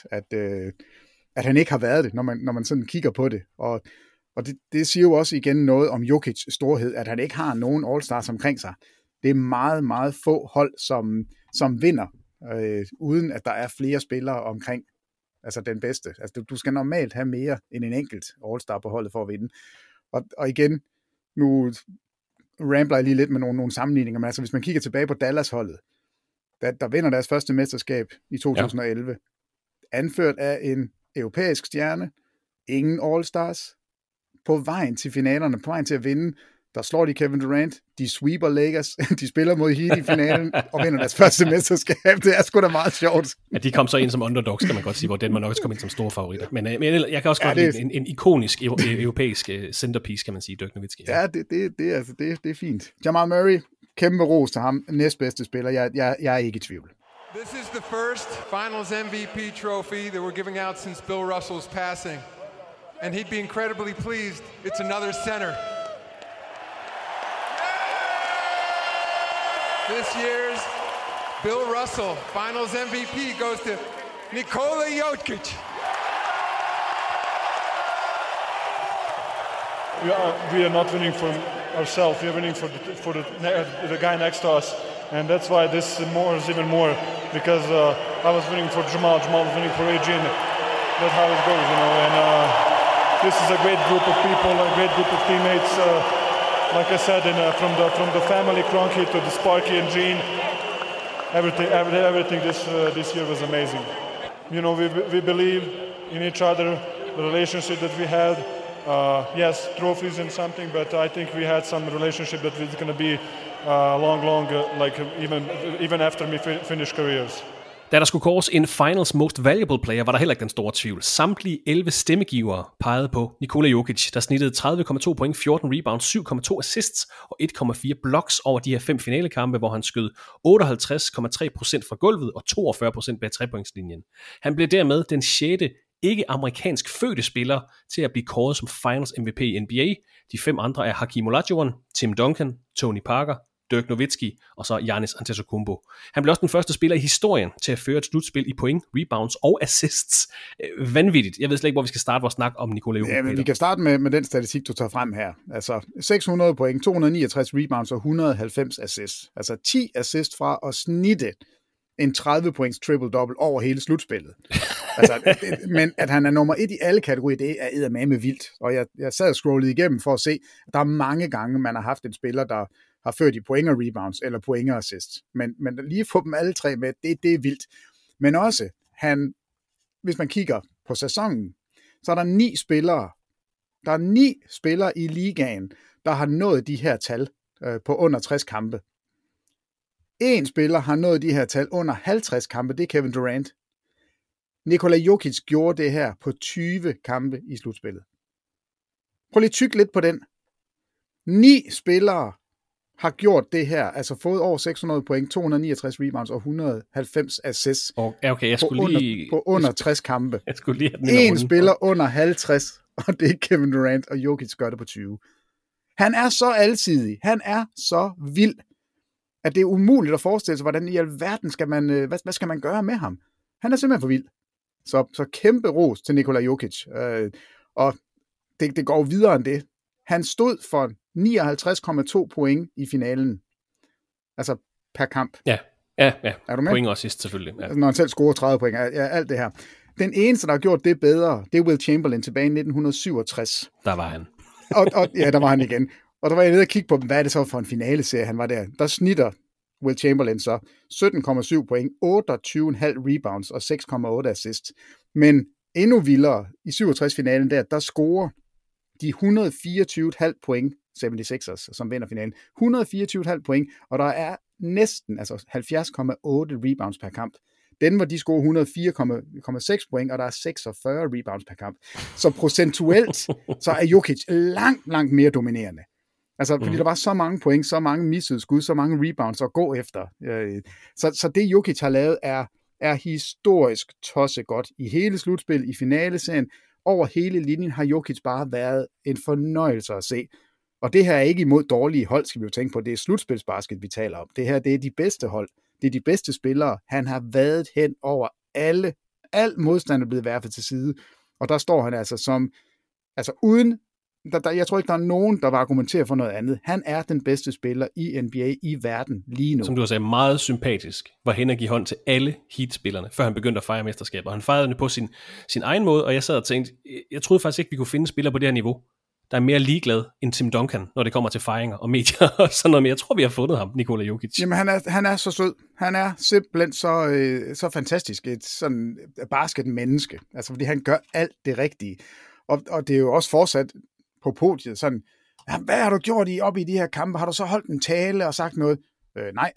at han ikke har været det, når man sådan kigger på det. Og det siger jo også igen noget om Jokic's storhed, at han ikke har nogen All-Stars omkring sig. Det er meget, meget få hold, som vinder, uden at der er flere spillere omkring, altså den bedste. Altså, du skal normalt have mere end en enkelt All-Star på holdet for at vinde. Og igen, nu rambler jeg lige lidt med nogle sammenligninger, men altså hvis man kigger tilbage på Dallas-holdet, der vinder deres første mesterskab i 2011, anført af en europæisk stjerne, ingen All-Stars, på vejen til finalerne, på vejen til at vinde, der slår de Kevin Durant, de sweeper Lakers, de spiller mod Heat i finalen, og vinder deres første mesterskab. Det er sgu da meget sjovt. Ja, de kom så ind som underdogs, kan man godt sige, hvor Denver Nuggets kom ind som store favoritter. Men jeg kan også godt lide en ikonisk europæisk centerpiece, kan man sige, Dirk Nowitzki. Ja, det er fint. Jamal Murray, kæmpe ros til ham, næstbedste spiller. Jeg er ikke i tvivl. This is the first Finals MVP trophy that we're giving out since Bill Russell's passing. And he'd be incredibly pleased. It's another center. This year's Bill Russell Finals MVP goes to Nikola Jokic. We are not winning for ourselves. We are winning for the guy next to us, and that's why this is even more. Because I was winning for Jamal was winning for AJ. That's how it goes, you know. And this is a great group of people, a great group of teammates. Like I said, from the family Kroenke to the Sparky and Gene, everything this year was amazing. You know, we believe in each other, the relationship that we had. Yes, trophies and something, but I think we had some relationship that was going to be long, like even after me finish careers. Da der skulle kåres en Finals Most Valuable Player, var der heller ikke den store tvivl. Samtlige 11 stemmegivere pegede på Nikola Jokic, der snittede 30,2 point, 14 rebounds, 7,2 assists og 1,4 blocks over de her 5 finalekampe, hvor han skød 58,3% fra gulvet og 42% bag trepointslinjen. Han blev dermed den 6. ikke-amerikansk fødte spiller til at blive kåret som Finals MVP i NBA. De 5 andre er Hakeem Olajuwon, Tim Duncan, Tony Parker, Dirk Nowitzki og så Giannis Antetokounmpo. Han blev også den første spiller i historien til at føre et slutspil i point, rebounds og assists. Vanvittigt. Jeg ved slet ikke, hvor vi skal starte vores snak om Nikola Jokic. Ja, men vi kan starte med den statistik, du tager frem her. Altså 600 point, 269 rebounds og 190 assists. Altså 10 assists fra at snitte en 30-points triple-double over hele slutspillet. Altså, men at han er nummer 1 i alle kategorier, det er eddermame vildt. Og jeg sad og scrollede igennem for at se, at der er mange gange, man har haft en spiller, der har ført i point og rebounds, eller point og assists. Men lige få dem alle tre med, det er vildt. Men også, hvis man kigger på sæsonen, så er der 9 spillere. Der er 9 spillere i ligaen, der har nået de her tal på under 60 kampe. En spiller har nået de her tal under 50 kampe, det er Kevin Durant. Nikola Jokic gjorde det her på 20 kampe i slutspillet. Prøv lige at tykke lidt på den. 9 spillere har gjort det her, altså fået over 600 point, 269 rebounds og 190 assists okay, på under 60 kampe. Jeg skulle lige have den en spiller under 50, og det er Kevin Durant, og Jokic gør det på 20. Han er så alsidig, han er så vild, at det er umuligt at forestille sig, hvordan i alverden skal man, hvad skal man gøre med ham? Han er simpelthen for vild. Så kæmpe ros til Nikola Jokic. Og det går videre end det. Han stod for 59,2 point i finalen. Altså per kamp. Ja. Er du med? Point og sidst selvfølgelig. Ja. Altså, når han selv scorer 30 point. Ja, alt det her. Den eneste, der har gjort det bedre, det er Will Chamberlain tilbage i 1967. Der var han. og ja, der var han igen. Og der var jeg nede og kigge på, hvad er det så for en finaleserie, han var der. Der snitter Will Chamberlain så 17,7 point, 28,5 rebounds og 6,8 assists. Men endnu vildere, i 67-finalen der scorer de 124,5 point 76ers, som vinder finalen. 124,5 point, og der er næsten 70,8 rebounds per kamp. Denver, de scorer 104,6 point, og der er 46 rebounds per kamp. Så procentuelt, så er Jokic langt mere dominerende. Altså, fordi der var så mange point, så mange missede skud, så mange rebounds at gå efter. Så det Jokic har lavet er historisk tosset godt. I hele slutspil, i finaleserien, over hele linjen har Jokic bare været en fornøjelse at se. Og det her er ikke imod dårlige hold, skal vi jo tænke på. Det er slutspilsbasket, vi taler om. Det her, det er de bedste hold. Det er de bedste spillere. Han har været hen over al modstand er blevet værfet til side. Og der står han altså som, uden, jeg tror ikke, der er nogen, der vil argumentere for noget andet. Han er den bedste spiller i NBA i verden lige nu. Som du har sagt, meget sympatisk, var hen at give hånd til alle Heat-spillerne, før han begyndte at fejre mesterskabet. Og han fejrede det på sin egen måde, og jeg sad og tænkte, jeg troede faktisk ikke, vi kunne finde spillere på det her niveau, der er mere ligeglad end Tim Duncan, når det kommer til fejringer og medier og sådan noget. Men jeg tror, vi har fundet ham, Nikola Jokic. Jamen, han er så sød. Han er simpelthen så fantastisk et sådan basketmenneske. Altså, fordi han gør alt det rigtige. Og det er jo også fortsat på podiet sådan, ja, hvad har du gjort op i de her kampe? Har du så holdt en tale og sagt noget? Nej,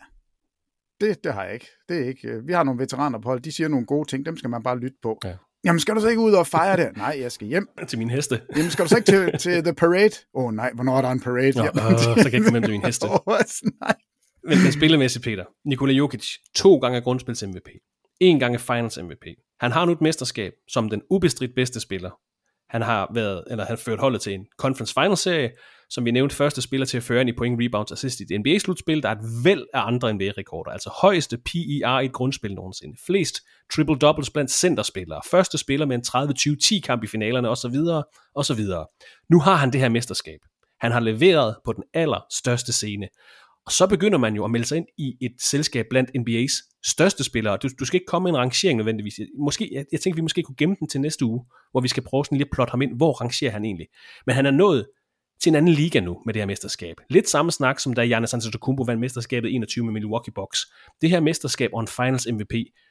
det har jeg ikke. Det er ikke. Vi har nogle veteraner på hold, de siger nogle gode ting, dem skal man bare lytte på. Ja. Jamen, skal du så ikke ud og fejre det? Nej, jeg skal hjem. Til min heste. Jamen, skal du så ikke til The Parade? Nej, hvornår er der en parade? Så kan jeg ikke komme hjem til min heste. Nej. Men spillemæssigt, Peter. Nikola Jokic, 2 gange grundspils MVP. 1 gange Finals MVP. Han har nu et mesterskab som den ubestridt bedste spiller. Han har ført holdet til en Conference Finals serie, som vi nævnte, første spiller til at føre i point, rebounds, assist i et NBA-slutspil. Der er et væld af andre NBA-rekorder, altså højeste PER i et grundspil nogensinde. Flest triple-doubles blandt centerspillere. Første spiller med en 30-20-10 kamp i finalerne, osv. osv. Nu har han det her mesterskab. Han har leveret på den allerstørste scene. Og så begynder man jo at melde sig ind i et selskab blandt NBA's største spillere. Du skal ikke komme med en rangering nødvendigvis. Jeg tænkte, vi måske kunne gemme den til næste uge, hvor vi skal prøve sådan lige at plotte ham ind. Hvor rangerer han egentlig? Men han er nået til en anden liga nu med det her mesterskab. Lidt samme snak, som da Giannis Antetokounmpo vandt mesterskabet 21 med Milwaukee Bucks. Det her mesterskab og en Finals MVP.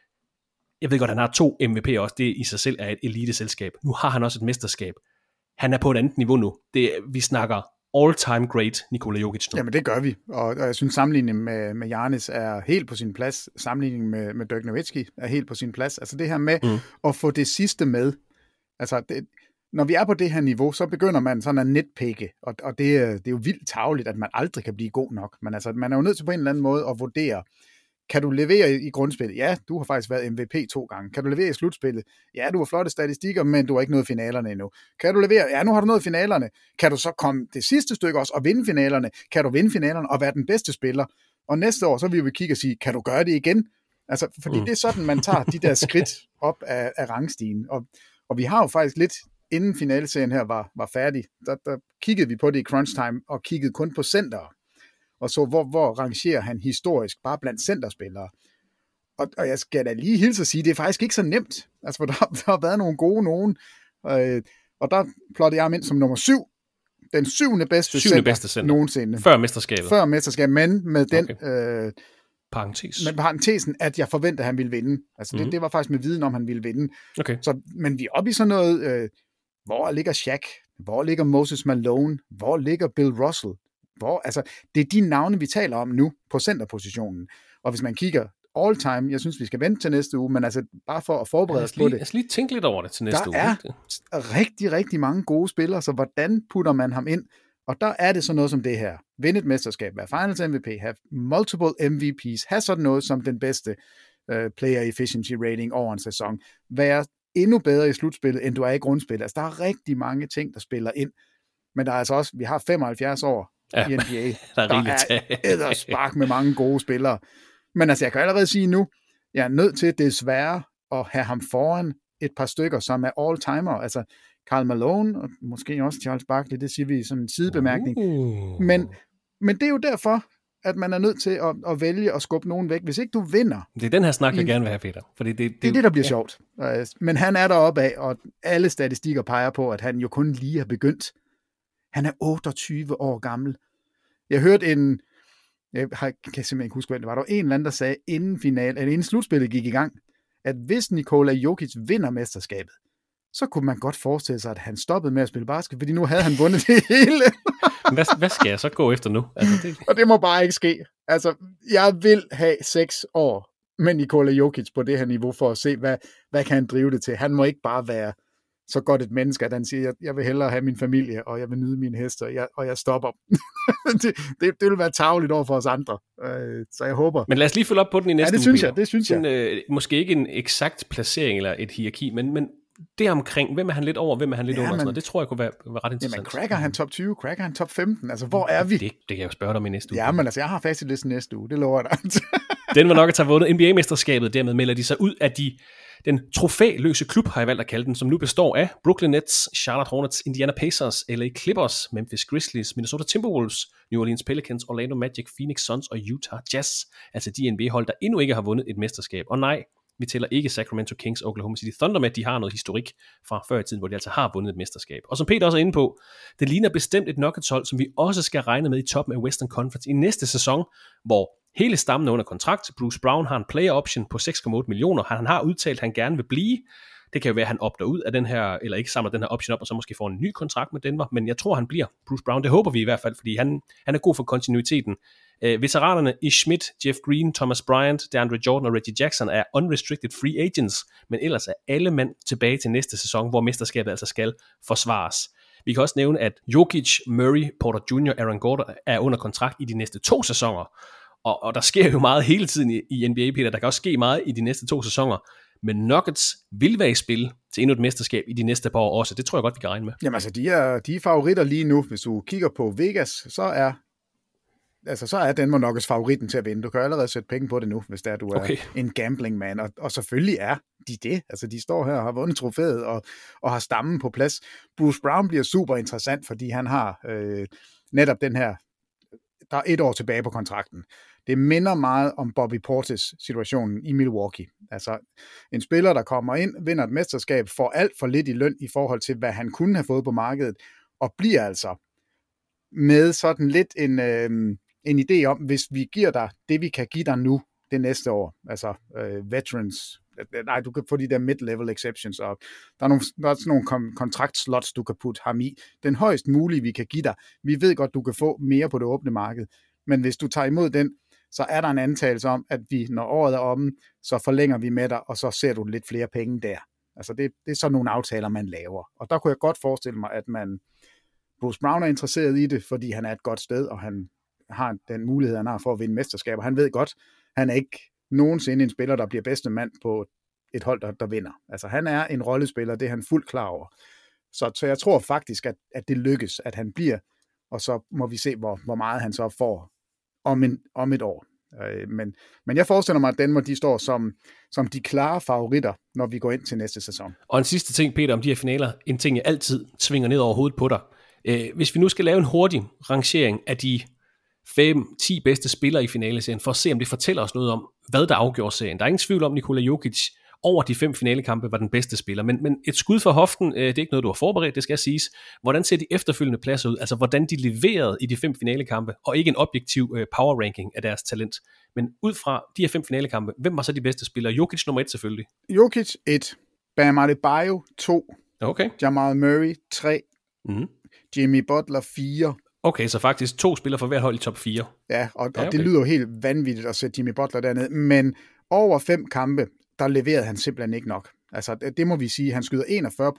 Jeg ved godt, han har 2 MVP også. Det i sig selv er et eliteselskab. Nu har han også et mesterskab. Han er på et andet niveau nu. Vi snakker all-time great Nikola Jokic nu. Jamen det gør vi, og jeg synes sammenligningen med Giannis er helt på sin plads. Sammenligningen med Dirk Nowitzki er helt på sin plads. Altså det her med at få det sidste med. Altså når vi er på det her niveau, så begynder man sådan at nitpikke, og det er jo vildt tarveligt, at man aldrig kan blive god nok. Men altså man er jo nødt til på en eller anden måde at vurdere, kan du levere i grundspillet? Ja, du har faktisk været MVP 2 gange. Kan du levere i slutspillet? Ja, du har flotte statistikker, men du har ikke nået finalerne endnu. Kan du levere? Ja, nu har du nået finalerne. Kan du så komme det sidste stykke også og vinde finalerne? Kan du vinde finalerne og være den bedste spiller? Og næste år, så vil vi kigge og sige, kan du gøre det igen? Altså, fordi det er sådan, man tager de der skridt op af rangstigen. Og vi har jo faktisk lidt, inden finaleserien her var færdig, der kiggede vi på det i crunch time, og kiggede kun på centere. Og så hvor rangerer han historisk, bare blandt centerspillere. Og jeg skal da lige hilse at sige, det er faktisk ikke så nemt. Altså, for der har været nogle gode nogen, og der plottede jeg ham ind som nummer 7. Den 7. bedste center nogensinde. Før mesterskabet. Før mesterskabet, men med den parentes. Med parentesen, at jeg forventer, at han ville vinde. Altså, det var faktisk med viden om, han ville vinde. Okay. Så, men vi er oppe i sådan noget, hvor ligger Shaq? Hvor ligger Moses Malone? Hvor ligger Bill Russell? Altså, det er de navne, vi taler om nu på centerpositionen. Og hvis man kigger all time, jeg synes, vi skal vente til næste uge, men altså bare for at forberede os på det. Jeg skal lige tænke lidt over det til næste uge. Der er rigtig, rigtig mange gode spillere, så hvordan putter man ham ind? Og der er det sådan noget som det her. Vinde et mesterskab, være Finals MVP, have multiple MVPs, have sådan noget som den bedste player efficiency rating over en sæson, være endnu bedre i slutspillet, end du er i grundspillet. Altså, der er rigtig mange ting, der spiller ind. Men der er altså også, vi har 75 år i NBA. der er edderspark med mange gode spillere. Men altså, jeg kan allerede sige nu, jeg er nødt til desværre at have ham foran et par stykker, som er all-timer. Altså, Karl Malone, og måske også Charles Barkley, det siger vi som en sidebemærkning. Men det er jo derfor, at man er nødt til at vælge at skubbe nogen væk. Hvis ikke du vinder... Det er den her snak, jeg gerne vil have, Peter. Fordi det er det, der bliver sjovt. Men han er deroppe af, og alle statistikker peger på, at han jo kun lige har begyndt. Han er 28 år gammel. Jeg hørte jeg kan simpelthen ikke huske, hvad det var. Der var en eller anden, der sagde, inden slutspillet gik i gang, at hvis Nikola Jokic vinder mesterskabet, så kunne man godt forestille sig, at han stoppede med at spille basket, fordi nu havde han vundet det hele. Hvad skal jeg så gå efter nu? Altså, Og det må bare ikke ske. Altså, jeg vil have 6 år med Nikola Jokic på det her niveau, for at se, hvad kan han drive det til. Han må ikke bare være så godt et menneske, at han siger, jeg vil hellere have min familie, og jeg vil nyde mine heste, og jeg stopper. det vil være tarveligt over for os andre. Så jeg håber. Men lad os lige følge op på den i næste uge. Det synes jeg. Måske ikke en eksakt placering eller et hierarki, men det omkring, hvem er han lidt over, hvem er han lidt under, det tror jeg kunne være ret interessant. Jamen, cracker han top 20, cracker han top 15, altså hvor er vi? Det kan jeg jo spørge dig om i næste uge. Ja, men altså, jeg har facitlisten næste uge, det lover jeg dig. Den var nok at tage vundet NBA-mesterskabet, dermed melder de sig ud af den trofæløse klub, har jeg valgt at kalde den, som nu består af Brooklyn Nets, Charlotte Hornets, Indiana Pacers, LA Clippers, Memphis Grizzlies, Minnesota Timberwolves, New Orleans Pelicans, Orlando Magic, Phoenix Suns og Utah Jazz. Altså de NBA-hold, der endnu ikke har vundet et mesterskab. Og nej, Vi tæller ikke Sacramento Kings og Oklahoma City Thunder med, de har noget historik fra før i tiden, hvor de altså har vundet et mesterskab. Og som Peter også er inde på, det ligner bestemt et Nuggets hold, som vi også skal regne med i toppen af Western Conference i næste sæson, hvor hele stammen er under kontrakt. Bruce Brown har en player option på 6,8 millioner. Han har udtalt, at han gerne vil blive. Det kan jo være, at han opter ud af den her, eller ikke samler den her option op, og så måske får en ny kontrakt med Denver. Men jeg tror, han bliver Bruce Brown. Det håber vi i hvert fald, fordi han er god for kontinuiteten. Veteranerne Ish Smith, Jeff Green, Thomas Bryant, DeAndre Jordan og Reggie Jackson er unrestricted free agents, men ellers er alle mand tilbage til næste sæson, hvor mesterskabet altså skal forsvares. Vi kan også nævne, at Jokic, Murray, Porter Jr. og Aaron Gordon er under kontrakt i de næste 2 sæsoner. Og der sker jo meget hele tiden i NBA, Peter. Der kan også ske meget i de næste 2 sæsoner. Men Nuggets vil være i spil til endnu et mesterskab i de næste par år også. Det tror jeg godt, vi kan regne med. Jamen altså, de er favoritter lige nu. Hvis du kigger på Vegas, så er Denver Nuggets favoritten til at vinde. Du kan allerede sætte penge på det nu, hvis du er en gambling man. Og selvfølgelig er de det. Altså, de står her og har vundet trofæet og har stammen på plads. Bruce Brown bliver super interessant, fordi han har netop den her, der er 1 år tilbage på kontrakten. Det minder meget om Bobby Portis situationen i Milwaukee. Altså en spiller, der kommer ind, vinder et mesterskab, får alt for lidt i løn i forhold til, hvad han kunne have fået på markedet, og bliver altså med sådan lidt en idé om, hvis vi giver dig det, vi kan give dig nu, det næste år. Altså veterans. Nej, du kan få de der mid-level exceptions, og der er sådan nogle kontraktslots, du kan putte ham i. Den højst mulige, vi kan give dig. Vi ved godt, du kan få mere på det åbne marked, men hvis du tager imod den, så er der en antagelse om, at vi, når året er omme, så forlænger vi med dig, og så ser du lidt flere penge der. Altså det er sådan nogle aftaler, man laver. Og der kunne jeg godt forestille mig, at Bruce Brown er interesseret i det, fordi han er et godt sted, og han har den mulighed, han har for at vinde mesterskaber. Han ved godt, han er ikke nogensinde en spiller, der bliver bedste mand på et hold, der vinder. Altså han er en rollespiller, det er han fuldt klar over. Så jeg tror faktisk, at det lykkes, at han bliver, og så må vi se, hvor meget han så får om et år. Men jeg forestiller mig, at Denver, de står som de klare favoritter, når vi går ind til næste sæson. Og en sidste ting, Peter, om de her finaler, en ting, jeg altid svinger ned over hovedet på dig. Hvis vi nu skal lave en hurtig rangering af de 5-10 bedste spillere i finaleserien, for at se, om det fortæller os noget om, hvad der afgjorde serien. Der er ingen tvivl om, Nikola Jokic over de 5 finalekampe var den bedste spiller, men et skud fra hoften, det er ikke noget, du har forberedt, det skal siges. Hvordan ser de efterfølgende pladser ud? Altså, hvordan de leverede i de 5 finalekampe, og ikke en objektiv power ranking af deres talent. Men ud fra de her 5 finalekampe, hvem var så de bedste spillere? Jokic nummer 1 selvfølgelig. Jokic 1, Bam Adebayo 2, okay. Jamal Murray 3, Jimmy Butler 4. Okay, så faktisk 2 spillere for hvert hold i top 4. Ja, og det lyder jo helt vanvittigt at sætte Jimmy Butler dernede, men over 5 kampe, der leverede han simpelthen ikke nok. Altså, det må vi sige. Han skyder 41%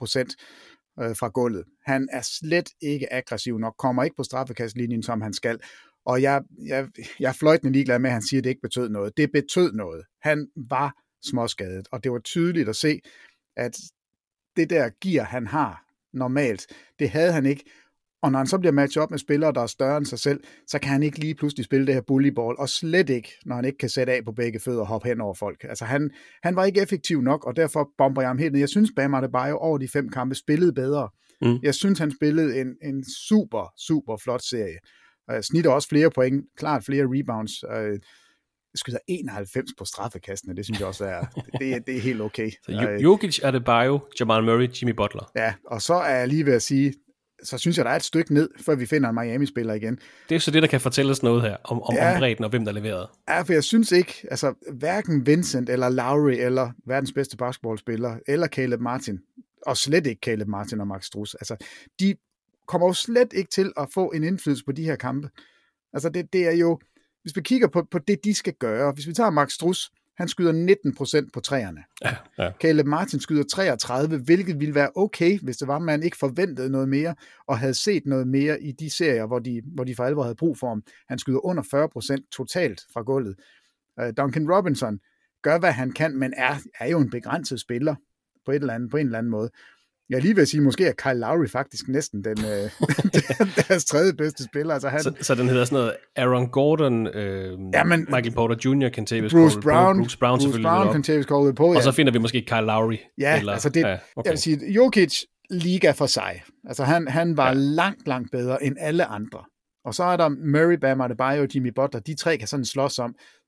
fra gulvet. Han er slet ikke aggressiv nok, kommer ikke på straffekastlinjen, som han skal. Og jeg er fløjtende ligeglad med, at han siger, at det ikke betød noget. Det betød noget. Han var småskadet, og det var tydeligt at se, at det der gear, han har normalt, det havde han ikke. Og når han så bliver matchet op med spillere, der er større end sig selv, så kan han ikke lige pludselig spille det her bullyball, og slet ikke, når han ikke kan sætte af på begge fødder og hoppe hen over folk. Altså han var ikke effektiv nok, og derfor bomber jeg ham helt ned. Jeg synes, Bam Adebayo over de 5 kampe spillede bedre. Jeg synes, han spillede en super, super flot serie. Snitter også flere point, klart flere rebounds. Skyder 91 på straffekastene, det synes jeg også det er helt okay. Så Jokic, Adebayo, Jamal Murray, Jimmy Butler. Ja, og så er jeg lige ved at sige, så synes jeg, der er et stykke ned, før vi finder en Miami-spiller igen. Det er så det, der kan fortælle os noget her, om bredden og hvem der leverede. Ja, for jeg synes ikke, altså hverken Vincent eller Lowry, eller verdens bedste basketballspiller, eller Caleb Martin, og slet ikke Caleb Martin og Max Strus, altså de kommer jo slet ikke til at få en indflydelse på de her kampe. Altså det er jo, hvis vi kigger på det, de skal gøre, hvis vi tager Max Strus, han skyder 19% på træerne. Ja. Caleb Martin skyder 33, hvilket ville være okay, hvis det var, at man ikke forventede noget mere, og havde set noget mere i de serier, hvor de for alvor havde brug for ham. Han skyder under 40% totalt fra gulvet. Duncan Robinson gør, hvad han kan, men er jo en begrænset spiller på en eller anden måde. Jeg lige vil sige, måske er Kyle Lowry faktisk næsten deres 3. bedste spiller. Altså så den hedder sådan noget Aaron Gordon, Michael Porter Jr., Kentavious Bruce Brown selvfølgelig Kentavious Caldwell-Pope, og så finder vi måske Kyle Lowry. Ja, eller, altså jeg vil sige, Jokic liga for sig. Altså han var langt bedre end alle andre. Og så er der Murray, Bam Adebayo og Jimmy Butler. De 3 kan sådan slås om,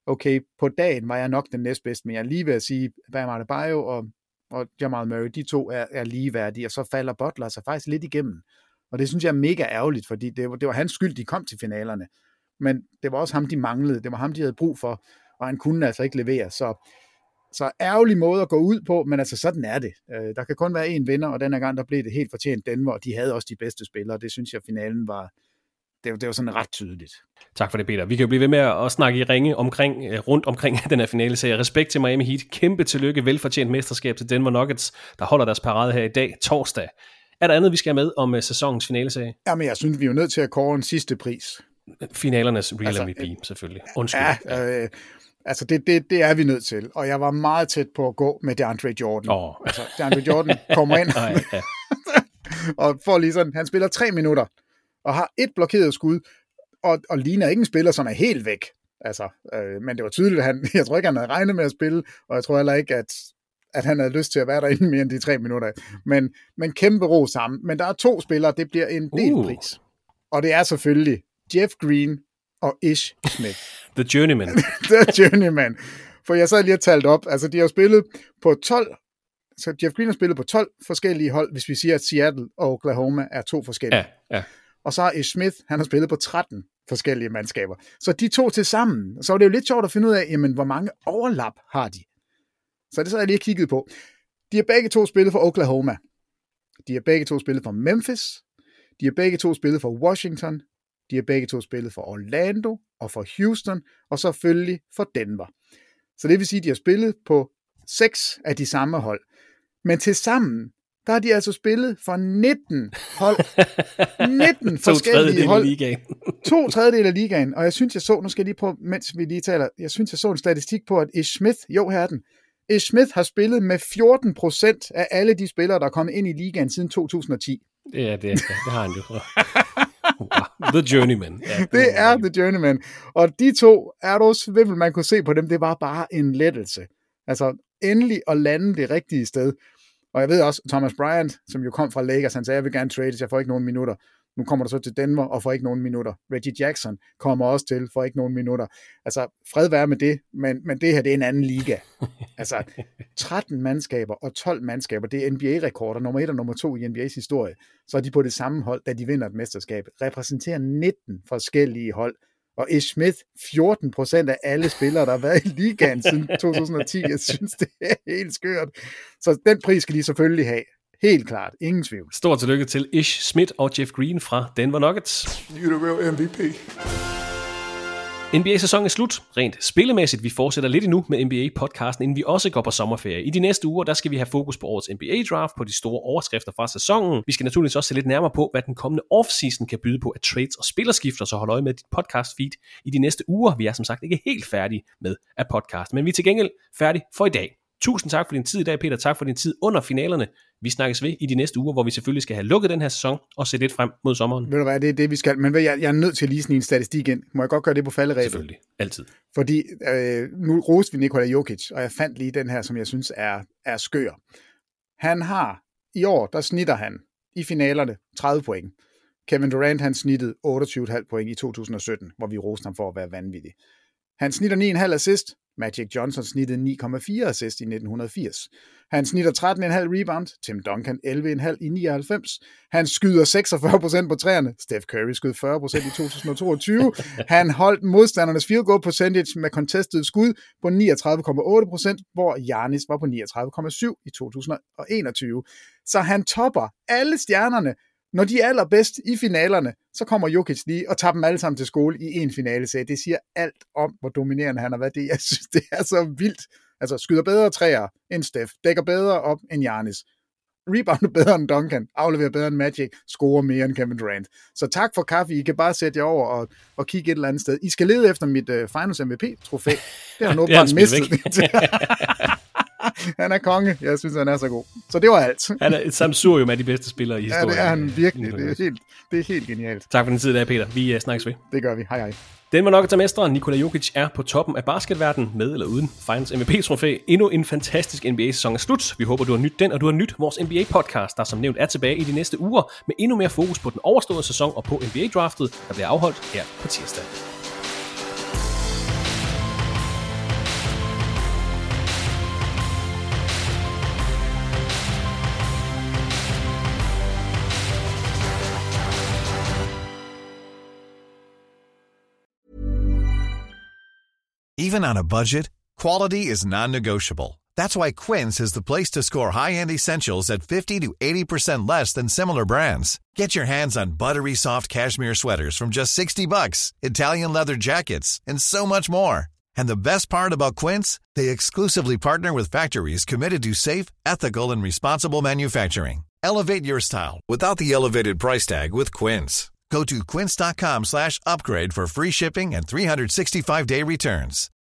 okay, på dagen var jeg nok den næstbedste, men jeg er lige ved at sige, Bam Adebayo og Jamal Murray, de to er ligeværdige, og så falder Butler sig faktisk lidt igennem. Og det synes jeg er mega ærgerligt, fordi det var hans skyld, de kom til finalerne. Men det var også ham, de manglede. Det var ham, de havde brug for, og han kunne altså ikke levere. Så ærgerlig måde at gå ud på, men altså sådan er det. Der kan kun være én vinder, og denne gang der blev det helt fortjent Denver, og de havde også de bedste spillere. Det synes jeg, finalen var... Det var sådan ret tydeligt. Tak for det, Peter. Vi kan jo blive ved med at snakke i ringe rundt omkring den her finale. Så respekt til Miami Heat. Kæmpe tillykke, velfortjent mesterskab til Denver Nuggets, der holder deres parade her i dag, torsdag. Er der andet, vi skal have med om sæsonens finaleserie? Jamen, jeg synes, vi er jo nødt til at kåre en sidste pris. Finalernes real MVP, selvfølgelig. Undskyld. Ja, altså det er vi nødt til. Og jeg var meget tæt på at gå med DeAndre Jordan. Altså, DeAndre Jordan kommer ind og får lige sådan, han spiller 3 minutter og har 1 blokeret skud, og ligner ikke en spiller, som er helt væk. Altså, men det var tydeligt, at jeg tror ikke, han havde regnet med at spille, og jeg tror heller ikke, at han havde lyst til at være derinde mere end de 3 minutter. Men kæmpe ro sammen. Men der er 2 spillere, det bliver en delpris. Og det er selvfølgelig Jeff Green og Ish Smith. The Journeyman. The Journeyman. For jeg så lige har talt op, altså de har spillet på 12, så Jeff Green har spillet på 12 forskellige hold, hvis vi siger, at Seattle og Oklahoma er 2 forskellige. Ja. Og så har Ish Smith, han har spillet på 13 forskellige mandskaber. Så de 2 til sammen, så er det jo lidt sjovt at finde ud af, jamen, hvor mange overlap har de? Så det så jeg lige kigget på. De har begge 2 spillet for Oklahoma. De har begge 2 spillet for Memphis. De har begge 2 spillet for Washington. De har begge 2 spillet for Orlando og for Houston, og selvfølgelig for Denver. Så det vil sige, at de har spillet på 6 af de samme hold. Men til sammen, der har de altså spillet for 19 hold. 19 forskellige hold. 2/3 af ligaen. Og jeg synes, jeg så, nu skal jeg lige prøve, mens vi lige taler, jeg synes, jeg så en statistik på, at Ish Smith, jo her er den, Ish Smith har spillet med 14% af alle de spillere, der er kommet ind i ligaen siden 2010. Ja, det har han jo. Wow. The Journeyman. Ja, det er The Journeyman. Og de 2, er du svimmel, man kunne se på dem, det var bare en lettelse. Altså, endelig at lande det rigtige sted. Og jeg ved også, Thomas Bryant, som jo kom fra Lakers, han sagde, jeg vil gerne trades, jeg får ikke nogen minutter. Nu kommer der så til Denver og får ikke nogen minutter. Reggie Jackson kommer også til, får ikke nogen minutter. Altså, fred være med det, men det her, det er en anden liga. Altså, 13 mandskaber og 12 mandskaber, det er NBA-rekorder, nummer 1 og nummer 2 i NBA's historie. Så er de på det samme hold, da de vinder et mesterskab. Repræsenterer 19 forskellige hold. Og Ish Smith, 14% af alle spillere, der har været i ligaen siden 2010. Jeg synes, det er helt skørt. Så den pris skal de selvfølgelig have. Helt klart. Ingen tvivl. Stort tillykke til Ish Smith og Jeff Green fra Denver Nuggets. You're the real MVP. NBA-sæsonen er slut. Rent spillemæssigt, vi fortsætter lidt endnu med NBA-podcasten, inden vi også går på sommerferie. I de næste uger, der skal vi have fokus på årets NBA-draft, på de store overskrifter fra sæsonen. Vi skal naturligvis også se lidt nærmere på, hvad den kommende offseason kan byde på af trades og spillerskifter, så hold øje med dit podcast-feed i de næste uger. Vi er som sagt ikke helt færdige med at podcast, men vi er til gengæld færdige for i dag. Tusind tak for din tid i dag, Peter. Tak for din tid under finalerne. Vi snakkes ved i de næste uger, hvor vi selvfølgelig skal have lukket den her sæson og se lidt frem mod sommeren. Ved du hvad, det er det, vi skal. Men jeg er nødt til at lige snige en statistik ind. Må jeg godt gøre det på falderebet? Selvfølgelig. Altid. Fordi nu roste vi Nikola Jokic, og jeg fandt lige den her, som jeg synes er skør. Han har i år, der snitter han i finalerne 30 point. Kevin Durant, han snittede 28,5 point i 2017, hvor vi roste ham for at være vanvittig. Han snitter 9,5 assist. Magic Johnson snittede 9,4 assist i 1980. Han snitter 13,5 rebound. Tim Duncan 11,5 i 99. Han skyder 46% på træerne. Steph Curry skød 40% i 2022. Han holdt modstandernes field goal percentage med contested skud på 39,8%, hvor Giannis var på 39,7 i 2021. Så han topper alle stjernerne. Når de er allerbedst i finalerne, så kommer Jokic lige og tager dem alle sammen til skole i en finaleserie. Det siger alt om, hvor dominerende han har været. Jeg synes, det er så vildt. Altså, skyder bedre træer end Steph, dækker bedre op end Giannis, rebounder bedre end Duncan, afleverer bedre end Magic, scorer mere end Kevin Durant. Så tak for kaffe. I kan bare sætte jer over og kigge et eller andet sted. I skal lede efter mit Finals MVP-trofæ. Det har nu bare mistet. Han er konge. Jeg synes, han er så god. Så det var alt. Han er et samsurium af de bedste spillere i historien. Ja, det er han virkelig. Det er helt genialt. Tak for den tid i dag, Peter. Vi snakkes ved. Det gør vi. Hej hej. Denver Nuggets mestre Nikola Jokic er på toppen af basketverdenen, med eller uden Finals MVP-trofæ. Endnu en fantastisk NBA-sæson er slut. Vi håber, du har nydt den, og du har nydt vores NBA-podcast, der som nævnt er tilbage i de næste uger, med endnu mere fokus på den overståede sæson og på NBA-draftet, der bliver afholdt her på tirsdag. Even on a budget, quality is non-negotiable. That's why Quince is the place to score high-end essentials at 50 to 80% less than similar brands. Get your hands on buttery soft cashmere sweaters from just $60, Italian leather jackets, and so much more. And the best part about Quince, they exclusively partner with factories committed to safe, ethical, and responsible manufacturing. Elevate your style without the elevated price tag with Quince. Go to quince.com/upgrade for free shipping and 365-day returns.